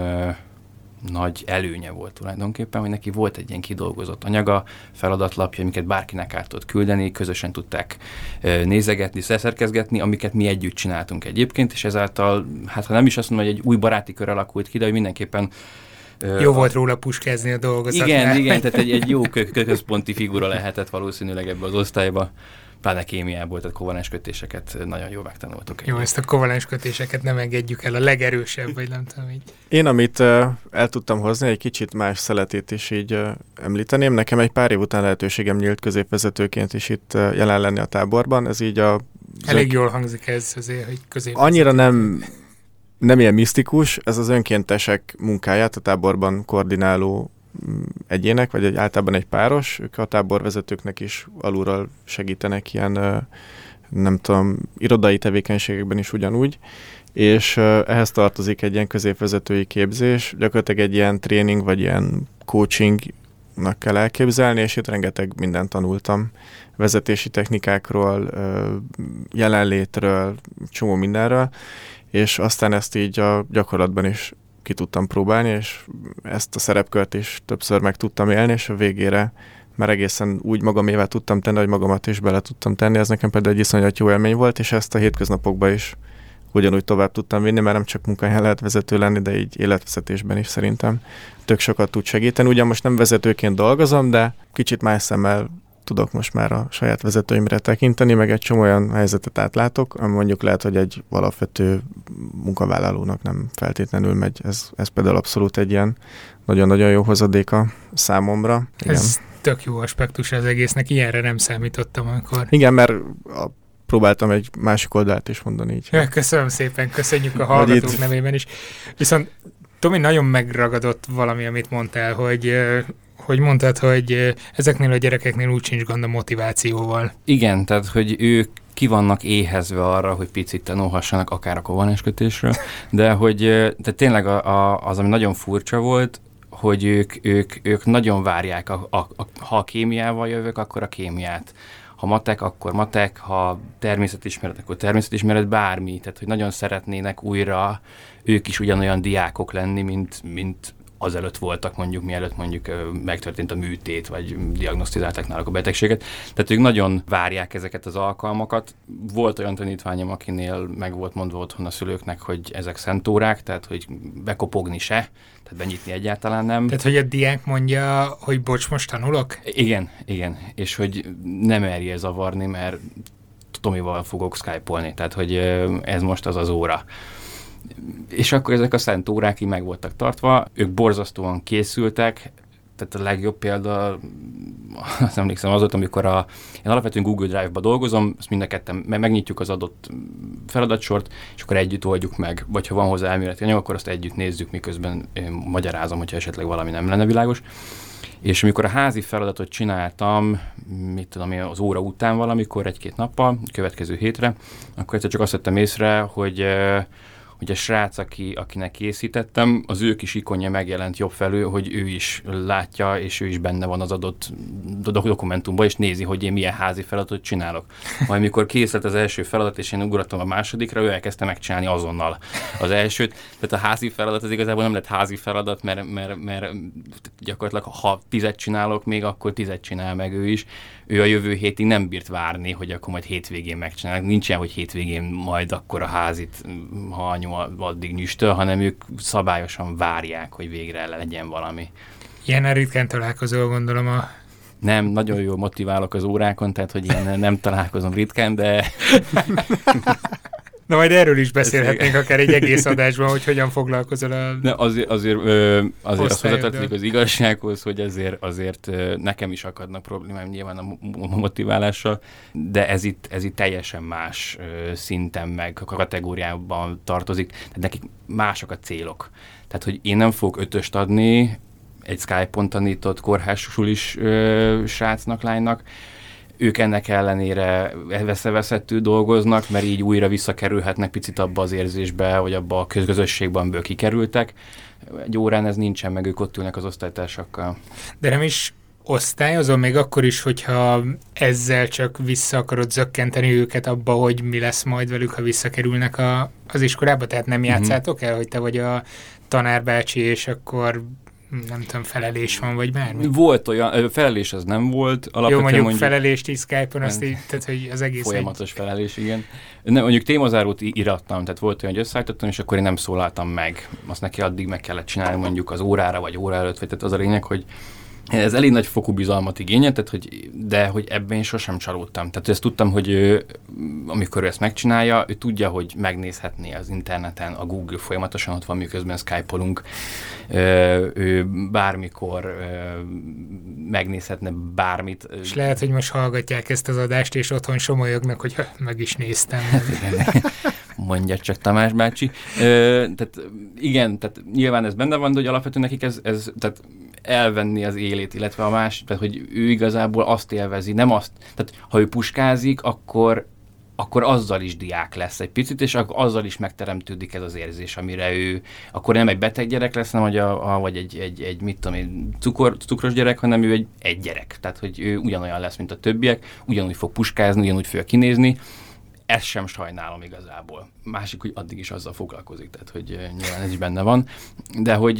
nagy előnye volt tulajdonképpen, hogy neki volt egy ilyen kidolgozott anyaga, feladatlapja, amiket bárkinek át tudott küldeni, közösen tudták nézegetni, szerkezgetni, amiket mi együtt csináltunk egyébként, és ezáltal, hát ha nem is azt mondom, hogy egy új baráti kör alakult ki, de hogy mindenképpen
jó volt róla puskázni a dolgozatnál.
Igen, tehát egy jó központi figura lehetett valószínűleg ebbe az osztályba, pláne kémiából, tehát kovalens kötéseket nagyon jól megtanultuk.
Jó, ezt a kovalens kötéseket nem engedjük el, a legerősebb, vagy nem tudom így.
Én, amit el tudtam hozni, egy kicsit más szeletét is így említeném. Nekem egy pár év után lehetőségem nyílt középvezetőként is itt jelen lenni a táborban. Ez így
elég jól hangzik ez azért, hogy középvezető.
Annyira nem ilyen misztikus, ez az önkéntesek munkáját a táborban koordináló egyének, vagy általában egy páros, ők a táborvezetőknek is alulról segítenek ilyen, nem tudom, irodai tevékenységekben is ugyanúgy, és ehhez tartozik egy ilyen középvezetői képzés, gyakorlatilag egy ilyen tréning, vagy ilyen coachingnak kell elképzelni, és itt rengeteg mindent tanultam, vezetési technikákról, jelenlétről, csomó mindenről, és aztán ezt így a gyakorlatban is ki tudtam próbálni, és ezt a szerepkört is többször meg tudtam élni, és a végére már egészen úgy magamévá tudtam tenni, hogy magamat is bele tudtam tenni. Ez nekem például egy iszonyat jó élmény volt, és ezt a hétköznapokban is ugyanúgy tovább tudtam vinni, mert nem csak munkahelyen lehet vezető lenni, de így életvezetésben is szerintem tök sokat tud segíteni. Ugyan most nem vezetőként dolgozom, de kicsit más szemmel tudok most már a saját vezetőimre tekinteni, meg egy csomó olyan helyzetet átlátok, ami mondjuk lehet, hogy egy alapvető munkavállalónak nem feltétlenül megy. Ez például abszolút egy ilyen nagyon-nagyon jó hozadéka számomra. Igen.
Ez tök jó aspektus az egésznek, ilyenre nem számítottam akkor.
Igen, mert próbáltam egy másik oldalt is mondani így.
Köszönöm szépen, köszönjük a hallgatók nevében is. Viszont Tomi, nagyon megragadott valami, amit mondtál, hogy mondtad, hogy ezeknél a gyerekeknél úgy sincs gond a motivációval.
Igen, tehát hogy ők ki vannak éhezve arra, hogy picit tanulhassanak akár a kovalenskötésről, de hogy de tényleg az, ami nagyon furcsa volt, hogy ők nagyon várják, ha a kémiával jövök, akkor a kémiát. Ha matek, akkor matek, ha természetismeret, akkor természetismeret, bármi. Tehát, hogy nagyon szeretnének újra ők is ugyanolyan diákok lenni, mint azelőtt voltak, mielőtt megtörtént a műtét, vagy diagnosztizálták náluk a betegséget. Tehát ők nagyon várják ezeket az alkalmakat. Volt olyan tanítványom, akinél meg volt mondva otthon a szülőknek, hogy ezek szentórák, tehát hogy bekopogni se, tehát benyitni egyáltalán nem.
Tehát, hogy a diák mondja, hogy bocs, most tanulok?
Igen. És hogy nem merje zavarni, mert Tomival fogok skype-olni, tehát hogy ez most az óra. És akkor ezek a szent órák így meg voltak tartva, ők borzasztóan készültek, tehát a legjobb példa, azt emlékszem az volt, amikor én alapvetően Google Drive-ba dolgozom, azt mind a ketten megnyitjuk az adott feladatsort, és akkor együtt oldjuk meg, vagy ha van hozzá elméleti anyag, akkor azt együtt nézzük, miközben magyarázom, hogyha esetleg valami nem lenne világos. És amikor a házi feladatot csináltam, az óra után valamikor, 1-2 nappal, következő hétre, akkor egyszer csak azt vettem észre, hogy a srác, akinek készítettem, az ő kis ikonja megjelent jobb felül, hogy ő is látja, és ő is benne van az adott dokumentumban, és nézi, hogy én milyen házi feladatot csinálok. Majd mikor kész lett az első feladat, és én ugrottam a másodikra, ő elkezdte megcsinálni azonnal az elsőt. Tehát a házi feladat az igazából nem lett házi feladat, mert gyakorlatilag ha 10 csinálok még, akkor 10 csinál meg ő is. Ő a jövő hétig nem bírt várni, hogy akkor majd hétvégén megcsinálnak. Nincs ilyen, hogy hétvégén majd akkor a házit, ha anyu addig nyüstöl, hanem ők szabályosan várják, hogy végre legyen valami.
Ilyen ritkán találkozol, gondolom
Nem, nagyon jól motiválok az órákon, tehát hogy ilyen nem találkozom ritkán, de
Na majd erről is beszélhetnénk akár egy egész adásban, hogy hogyan foglalkozol
azért azt hozzátartozik az igazsághoz, hogy azért nekem is akadnak problémáim nyilván a motiválással, de ez itt teljesen más szinten meg a kategóriában tartozik, tehát nekik mások a célok. Tehát, hogy én nem fogok 5-öst adni egy Skype-on tanított kórházsulis srácnak, lánynak, ők ennek ellenére veszeveszettül dolgoznak, mert így újra visszakerülhetnek picit abba az érzésbe, vagy abba a közösségben, amiből kikerültek. Egy órán ez nincsen, meg ők ott ülnek az osztálytársakkal.
De nem is osztályozom még akkor is, hogyha ezzel csak vissza akarod zökkenteni őket abba, hogy mi lesz majd velük, ha visszakerülnek az iskolába? Tehát nem játszátok el, hogy te vagy a tanárbácsi, és akkor nem tudom, felelés van, vagy bármi?
Volt olyan, felelés az nem volt.
Jó, mondjuk felelést így Skype-on, azt így, tehát, hogy az egész
folyamatos felelés, igen. Nem, mondjuk témazárót írattam, tehát volt olyan, hogy összeállítottam, és akkor én nem szólaltam meg. Azt neki addig meg kellett csinálni mondjuk az órára, vagy óra előtt, vagy tehát az a lényeg, hogy ez elég nagy fokú bizalmat igényel, de hogy ebben én sosem csalódtam. Tehát ezt tudtam, hogy amikor ő ezt megcsinálja, ő tudja, hogy megnézhetné az interneten, a Google folyamatosan ott van, miközben Skype-olunk, ő bármikor megnézhetne bármit. És
lehet, hogy most hallgatják ezt az adást, és otthon somolyognak, hogy meg is néztem.
Mondja csak Tamás bácsi. Tehát igen, tehát nyilván ez benne van, de hogy alapvetően nekik ez tehát elvenni az élét, illetve a más, tehát hogy ő igazából azt élvezi, nem azt, tehát ha ő puskázik, akkor azzal is diák lesz egy picit, és akkor azzal is megteremtődik ez az érzés, amire ő, akkor nem egy beteg gyerek lesz, nem vagy egy mit tudom én, cukros gyerek, hanem ő egy gyerek. Tehát, hogy ő ugyanolyan lesz, mint a többiek, ugyanúgy fog puskázni, ugyanúgy fog kinézni. Ezt sem sajnálom igazából. Másik, hogy addig is azzal foglalkozik, tehát, hogy nyilván ez is benne van. De hogy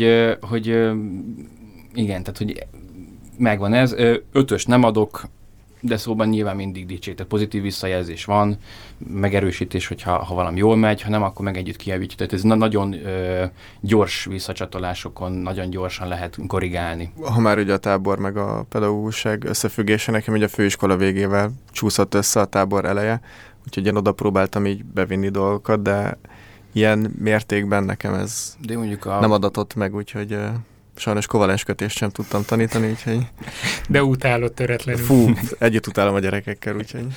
igen, tehát, hogy megvan ez. 5-ös nem adok, de szóban nyilván mindig dicség. Tehát pozitív visszajelzés van, megerősítés, hogyha valami jól megy, ha nem, akkor meg együtt kijavítjuk. Tehát ez nagyon gyors visszacsatolásokon nagyon gyorsan lehet korrigálni.
Ha már ugye a tábor meg a pedagógusság összefüggése, nekem ugye a főiskola végével csúszott össze a tábor eleje, úgyhogy én oda próbáltam így bevinni dolgokat, de ilyen mértékben nekem ez nem adatott meg, úgyhogy sajnos kovalenskötést sem tudtam tanítani, úgyhogy...
De utálod töretlenül.
Fú, együtt utálom a gyerekekkel, úgyhogy...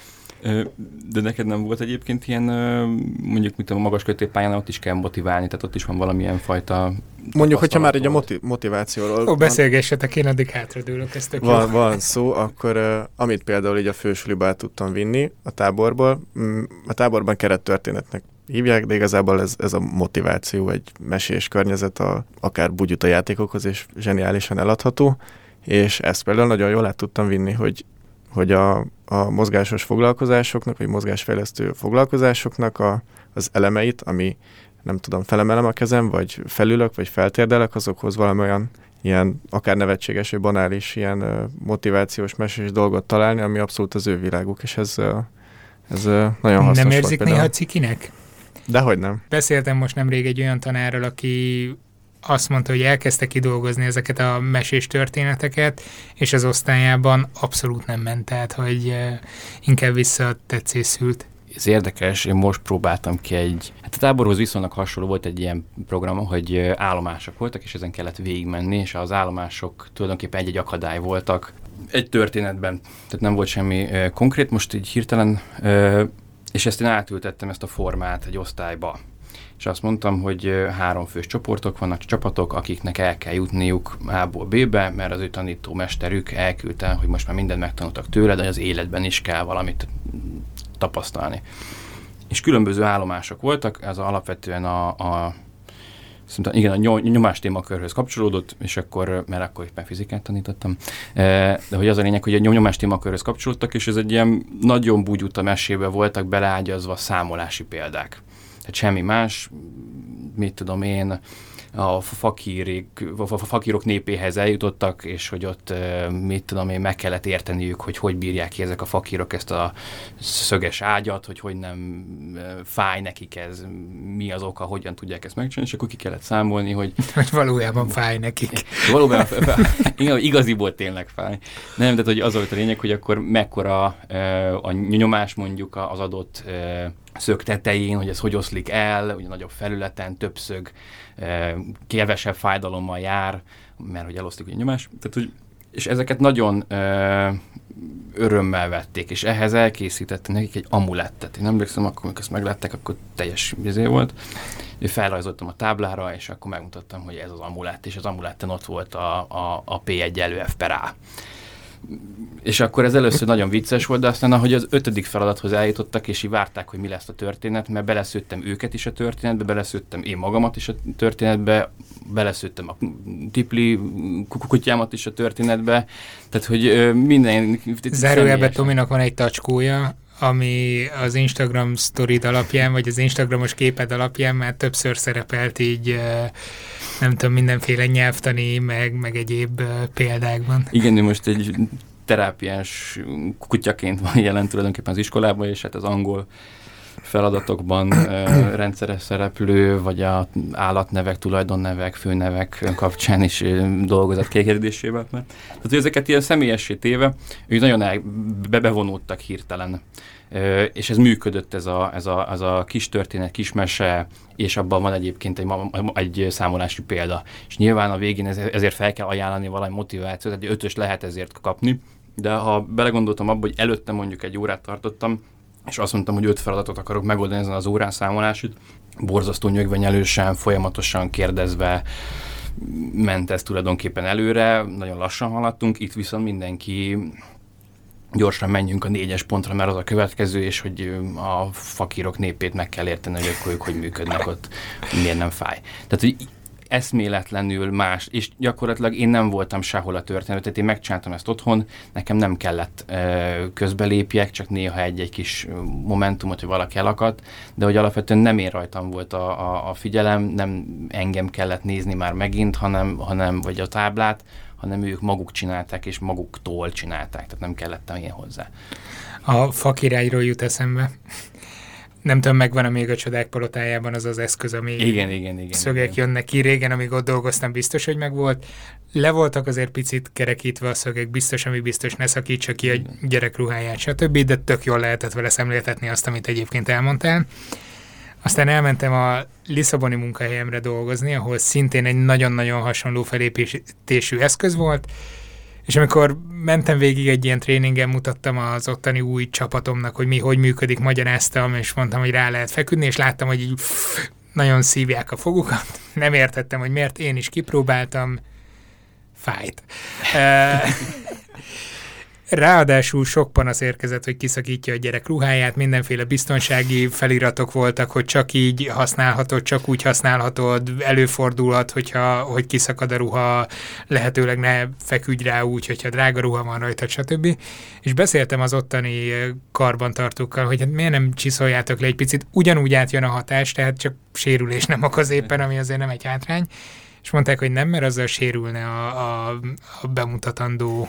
De neked nem volt egyébként ilyen, mondjuk mint a magas kötőpályán, ott is kell motiválni, tehát ott is van valamilyen fajta...
Mondjuk, hogyha már egy a motivációról...
Beszélgessetek, én addig hátradőlök, ezt
van szó, akkor amit például így a fősuliba el tudtam vinni a táborból, a táborban kerettörténetnek hívják, de igazából ez a motiváció, egy mesés környezet, akár bugyuta játékokhoz, és zseniálisan eladható, és ezt például nagyon jól át tudtam vinni, hogy a mozgásos foglalkozásoknak, vagy mozgásfejlesztő foglalkozásoknak az elemeit, ami nem tudom, felemelem a kezem, vagy felülök, vagy feltérdelek, azokhoz valami olyan ilyen akár nevetséges, vagy banális, ilyen motivációs, mesés dolgot találni, ami abszolút az ő világuk, és ez nagyon hasznos.
Nem érzik néha cikinek?
Dehogy nem.
Beszéltem most nemrég egy olyan tanárral, aki azt mondta, hogy elkezdte kidolgozni ezeket a mesés történeteket, és az osztályában abszolút nem ment át, hogy inkább visszatetszészült.
Ez érdekes, én most próbáltam ki hát a táborhoz viszonylag hasonló volt egy ilyen program, hogy állomások voltak, és ezen kellett végigmenni, és az állomások tulajdonképpen egy akadály voltak egy történetben. Tehát nem volt semmi konkrét, most így hirtelen, és ezt én átültettem ezt a formát egy osztályba. És azt mondtam, hogy 3 fős csoportok vannak, csapatok, akiknek el kell jutniuk A-ból B-be, mert az ő tanítómesterük elküldte, hogy most már mindent megtanultak tőle, de az életben is kell valamit tapasztalni. És különböző állomások voltak, ez alapvetően a nyomás témakörhöz kapcsolódott, és mert akkor éppen fizikát tanítottam, de hogy az a lényeg, hogy a nyomás témakörhöz kapcsolódtak, és ez egy ilyen nagyon búgyuta mesébe voltak beleágyazva számolási példák. Tehát semmi más, mit tudom én, a fakírok népéhez eljutottak, és hogy ott, mit tudom én, meg kellett érteniük, hogy bírják ki ezek a fakírok ezt a szöges ágyat, hogy nem fáj nekik ez, mi az oka, hogyan tudják ezt megcsinálni, és akkor ki kellett számolni, hogy
valójában fáj nekik.
Valóban igaziból tényleg fáj. Nem, tehát hogy az volt a lényeg, hogy akkor mekkora a nyomás mondjuk az adott szög tetején, hogy ez hogy oszlik el, ugye nagyobb felületen, több szög, kevesebb fájdalommal jár, mert hogy eloszlik ugye nyomás. Tehát, hogy, és ezeket nagyon örömmel vették, és ehhez elkészítettem nekik egy amulettet. Én emlékszem, akkor, amikor ezt meglátták, akkor teljes vizé volt. Én felrajzoltam a táblára, és akkor megmutattam, hogy ez az amulett, és az amuletten ott volt a P1/F/A. És akkor ez először nagyon vicces volt, de aztán ahogy az 5. feladathoz eljutottak, és így várták, hogy mi lesz a történet, mert beleszőttem őket is a történetbe, beleszőttem én magamat is a történetbe, beleszőttem a tipli kutyámat is a történetbe, tehát hogy minden...
Zárójelben Tominak van egy tacskója, ami az Instagram sztorid alapján, vagy az Instagramos képed alapján már többször szerepelt így, nem tudom, mindenféle nyelvtani, meg egyéb példákban.
Igen, ő most egy terápiás kutyaként van jelen tulajdonképpen az iskolában, és hát az angol feladatokban rendszeres szereplő, vagy az állatnevek, tulajdonnevek, főnevek kapcsán is dolgozott kérdésével. Tehát, hogy ezeket ilyen személyessé téve, ők nagyon bevonódtak hirtelen. És ez működött, ez a kis történet, kis mese, és abban van egyébként egy számolási példa. És nyilván a végén ezért fel kell ajánlani valami motivációt, tehát 5-ös lehet ezért kapni, de ha belegondoltam abba, hogy előtte mondjuk egy órát tartottam, és azt mondtam, hogy 5 feladatot akarok megoldani ezen az órán számolásit, borzasztó nyögvenyelősen, folyamatosan kérdezve ment ez tulajdonképpen előre, nagyon lassan haladtunk, itt viszont mindenki gyorsan menjünk a 4-es pontra, mert az a következő, és hogy a fakírok népét meg kell érteni, hogy ők hogy működnek ott, miért nem fáj. Tehát, hogy eszméletlenül más, és gyakorlatilag én nem voltam sehol a történet, tehát én megcsináltam ezt otthon, nekem nem kellett közbelépjek, csak néha egy kis momentumot, hogy valaki elakadt, de hogy alapvetően nem én rajtam volt a figyelem, nem engem kellett nézni már megint, hanem vagy a táblát, hanem ők maguk csinálták, és maguktól csinálták, tehát nem kellettem én hozzá.
A fakirályról jut eszembe. Nem tudom, megvan még a Csodák palotájában az az eszköz, ami
igen,
szögek jönnek ki. Régen, amíg ott dolgoztam, biztos, hogy megvolt. Le voltak azért picit kerekítve a szögek, biztos, ami biztos ne szakítsa ki a gyerek ruháját, stb., de tök jól lehetett vele szemléltetni azt, amit egyébként elmondtál. Aztán elmentem a lisszaboni munkahelyemre dolgozni, ahol szintén egy nagyon-nagyon hasonló felépítésű eszköz volt, és amikor mentem végig egy ilyen tréningen, mutattam az ottani új csapatomnak, hogy hogy működik, magyaráztam, és mondtam, hogy rá lehet feküdni, és láttam, hogy így nagyon szívják a fogukat. Nem értettem, hogy miért, én is kipróbáltam, fájt. Ráadásul sok panasz érkezett, hogy kiszakítja a gyerek ruháját, mindenféle biztonsági feliratok voltak, hogy csak így használhatod, csak úgy használhatod, előfordulhat, hogy kiszakad a ruha, lehetőleg ne feküdj rá úgy, hogyha drága ruha van rajta, stb. És beszéltem az ottani karbantartókkal, hogy hát miért nem csiszoljátok le egy picit, ugyanúgy átjön a hatás, tehát csak sérülés nem okoz éppen, ami azért nem egy hátrány. És mondták, hogy nem, mert azzal sérülne a bemutatandó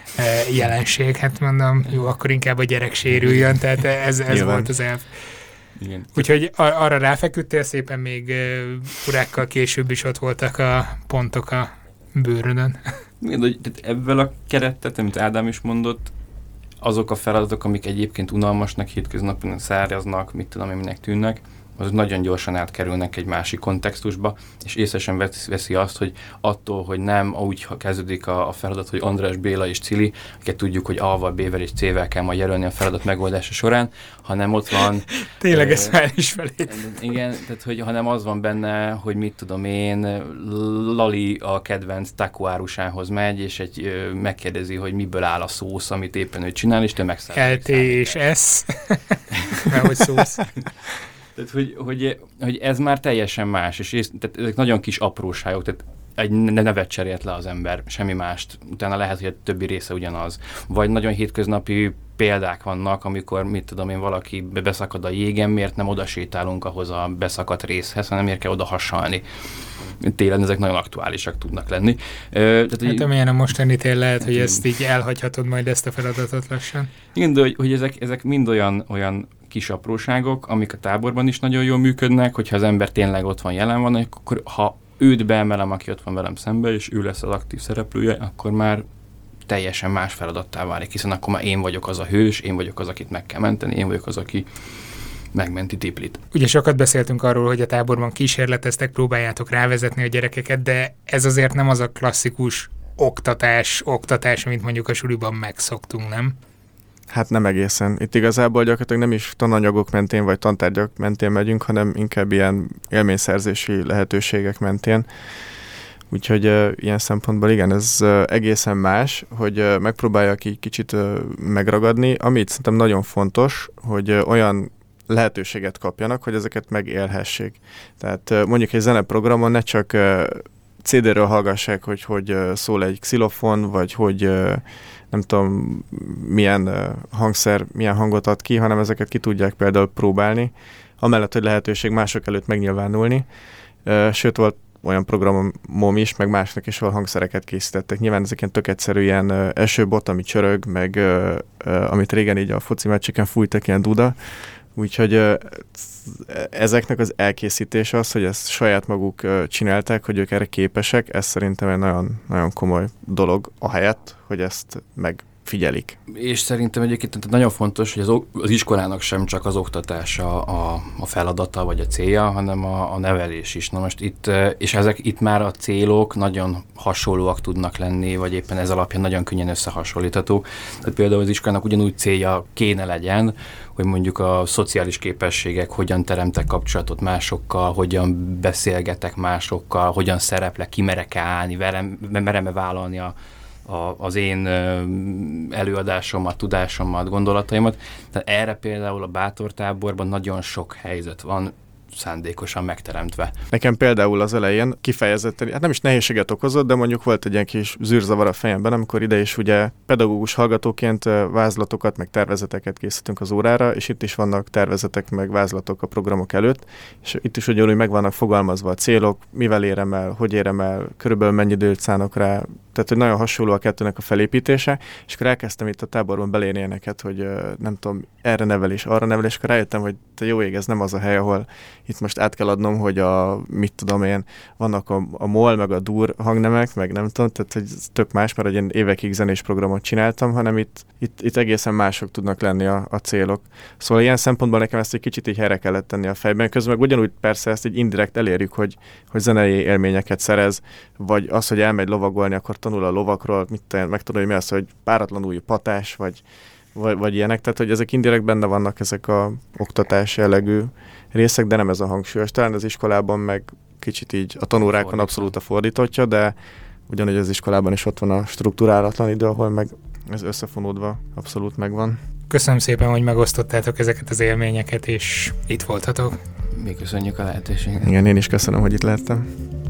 jelenség. Hát mondom, jó, akkor inkább a gyerek sérüljön, tehát ez volt az elv. Igen. Úgyhogy arra ráfeküdtél, szépen még órákkal később is ott voltak a pontok a bőrödön.
Tehát ebben a kerettet, amit Ádám is mondott, azok a feladatok, amik egyébként unalmasnak, hétköznapon száraznak, mit tudom, aminek tűnnek, azok nagyon gyorsan átkerülnek egy másik kontextusba, és észre sem veszi azt, hogy attól, hogy nem úgy kezdődik a feladat, hogy András, Béla és Cili, akiket tudjuk, hogy A-val, B-vel és C-vel kell majd jelölni a feladat megoldása során, hanem ott van...
Tényleg ezt már is felét.
Igen, tehát hogy hanem az van benne, hogy mit tudom én, Lali a kedvenc takoárusához megy, és megkérdezi, hogy miből áll a szósz, amit éppen ő csinál, és te megszállítod.
LT és S, mert hogy szósz.
Tehát, hogy ez már teljesen más, és tehát ezek nagyon kis apróságok, tehát egy nevet cserélt le az ember, semmi mást, utána lehet, hogy a többi része ugyanaz. Vagy nagyon hétköznapi példák vannak, amikor, mit tudom én, valaki beszakad a jégen, miért nem oda sétálunk ahhoz a beszakadt részhez, hanem miért kell oda hasalni. Télen ezek nagyon aktuálisak tudnak lenni.
Hát amilyen a mostani tél lehet, hogy ezt így elhagyhatod majd ezt a feladatot lassan.
Igen, de hogy ezek mind olyan kis apróságok, amik a táborban is nagyon jól működnek, hogyha az ember tényleg ott van, jelen van, akkor ha őt beemelem, aki ott van velem szembe, és ő lesz az aktív szereplője, akkor már teljesen más feladattá válik, hiszen akkor már én vagyok az a hős, én vagyok az, akit meg kell menteni, én vagyok az, aki megmenti tiplit.
Ugye sokat beszéltünk arról, hogy a táborban kísérleteztek, próbáljátok rávezetni a gyerekeket, de ez azért nem az a klasszikus oktatás, amit mondjuk a suliban megszoktunk, nem?
Hát nem egészen. Itt igazából gyakorlatilag nem is tananyagok mentén vagy tantárgyak mentén megyünk, hanem inkább ilyen élményszerzési lehetőségek mentén. Úgyhogy ilyen szempontból igen, ez egészen más, hogy megpróbálják így kicsit megragadni. Amit szerintem nagyon fontos, hogy olyan lehetőséget kapjanak, hogy ezeket megélhessék. Tehát mondjuk egy zeneprogramon ne csak CD-ről hallgassák, hogy szól egy xilofon, vagy hogy nem tudom milyen hangszer, milyen hangot ad ki, hanem ezeket ki tudják például próbálni, amellett, hogy lehetőség mások előtt megnyilvánulni. Sőt, volt olyan programom is, meg másnak is, ahol hangszereket készítettek. Nyilván ezek ilyen tök egyszerű ilyen esőbot, ami csörög, meg amit régen így a foci meccseken fújtak, ilyen duda. Úgyhogy ezeknek az elkészítése az, hogy ezt saját maguk csinálták, hogy ők erre képesek, ez szerintem egy nagyon, nagyon komoly dolog, ahelyett, hogy ezt megfigyelik.
És szerintem egyébként nagyon fontos, hogy az iskolának sem csak az oktatása a feladata vagy a célja, hanem a nevelés is. Na most itt már a célok nagyon hasonlóak tudnak lenni, vagy éppen ez alapján nagyon könnyen összehasonlíthatók. Tehát például az iskolának ugyanúgy célja kéne legyen, hogy mondjuk a szociális képességek hogyan teremtek kapcsolatot másokkal, hogyan beszélgetek másokkal, hogyan szereplek, ki merek állni, merem-e vállalni az én előadásomat, tudásomat, gondolataimat. Tehát erre például a bátortáborban nagyon sok helyzet van, szándékosan megteremtve.
Nekem például az elején kifejezetten, hát nem is nehézséget okozott, de mondjuk volt egy ilyen kis zűrzavar a fejemben, amikor ide is ugye pedagógus hallgatóként vázlatokat, meg tervezeteket készítünk az órára, és itt is vannak tervezetek, meg vázlatok a programok előtt, és itt is ugyanúgy meg vannak fogalmazva a célok, mivel érem el, hogy érem el, körülbelül mennyi időt szánok rá, tehát hogy nagyon hasonló a kettőnek a felépítése, és akkor elkezdtem itt a táborban belérni ilyeneket, hogy nem tudom, erre nevelés, arra nevelés, akkor rájöttem, hogy te jó ég, ez nem az a hely, ahol itt most át kell adnom, hogy mit tudom én, vannak a mol, meg a dur hangnemek, meg nem tudom, tehát hogy tök más, mert én évekig zenés programot csináltam, hanem itt egészen mások tudnak lenni a célok. Szóval ilyen szempontból nekem ezt egy kicsit így helyre kellett tenni a fejben, közben meg ugyanúgy persze ezt így indirekt elérjük, hogy zenei élményeket szerez, vagy az, hogy elmegy lovagolni, akkor tanul a lovakról, megtanulja, mi az, hogy páratlan új patás, vagy ilyenek, tehát hogy ezek indirekt benne vannak, ezek a oktatás jellegű részek, de nem ez a hangsúlyos. Talán az iskolában meg kicsit így a tanórákon abszolút a fordítottja, de ugyanúgy az iskolában is ott van a strukturálatlan idő, ahol meg ez összefonódva abszolút megvan.
Köszönöm szépen, hogy megosztottátok ezeket az élményeket, és itt voltatok.
Mi köszönjük a lehetőséget.
Igen, én is köszönöm, hogy itt lehettem.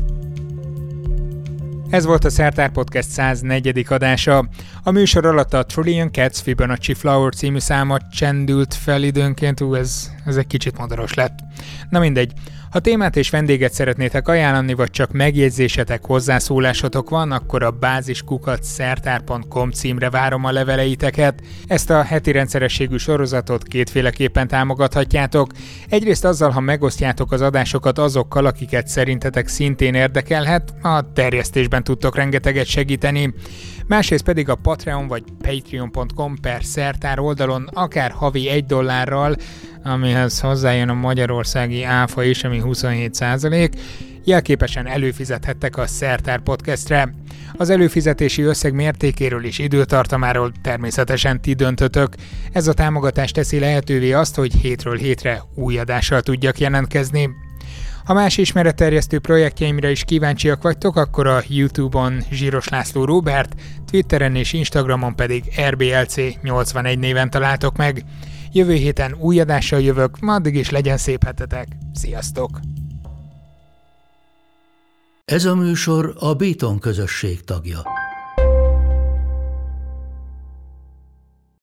Ez volt a Szertár Podcast 104. adása. A műsor alatt a Trillion Cats Fibonacci Flower című száma csendült fel időnként, ez egy kicsit modoros lett. Na mindegy, ha témát és vendéget szeretnétek ajánlani, vagy csak megjegyzésetek, hozzászólásotok van, akkor a báziskukac.szertár.com címre várom a leveleiteket. Ezt a heti rendszerességű sorozatot kétféleképpen támogathatjátok. Egyrészt azzal, ha megosztjátok az adásokat azokkal, akiket szerintetek szintén érdekelhet, a terjesztésben tudtok rengeteget segíteni. Másrészt pedig a Patreon vagy patreon.com/szertár oldalon akár havi $1, amihez hozzájön a magyarországi áfa is, ami 27%, jelképesen előfizethettek a Szertár Podcastre. Az előfizetési összeg mértékéről és időtartamáról természetesen ti döntötök. Ez a támogatás teszi lehetővé azt, hogy hétről hétre új adással tudjak jelentkezni. Ha más ismeretterjesztő projektjeimre is kíváncsiak vagytok, akkor a YouTube-on Zsíros László Róbert, Twitteren és Instagramon pedig RBLC81 néven találtok meg. Jövő héten új adással jövök, addig is legyen szép hetetek. Sziasztok!
Ez a műsor a Béton közösség tagja.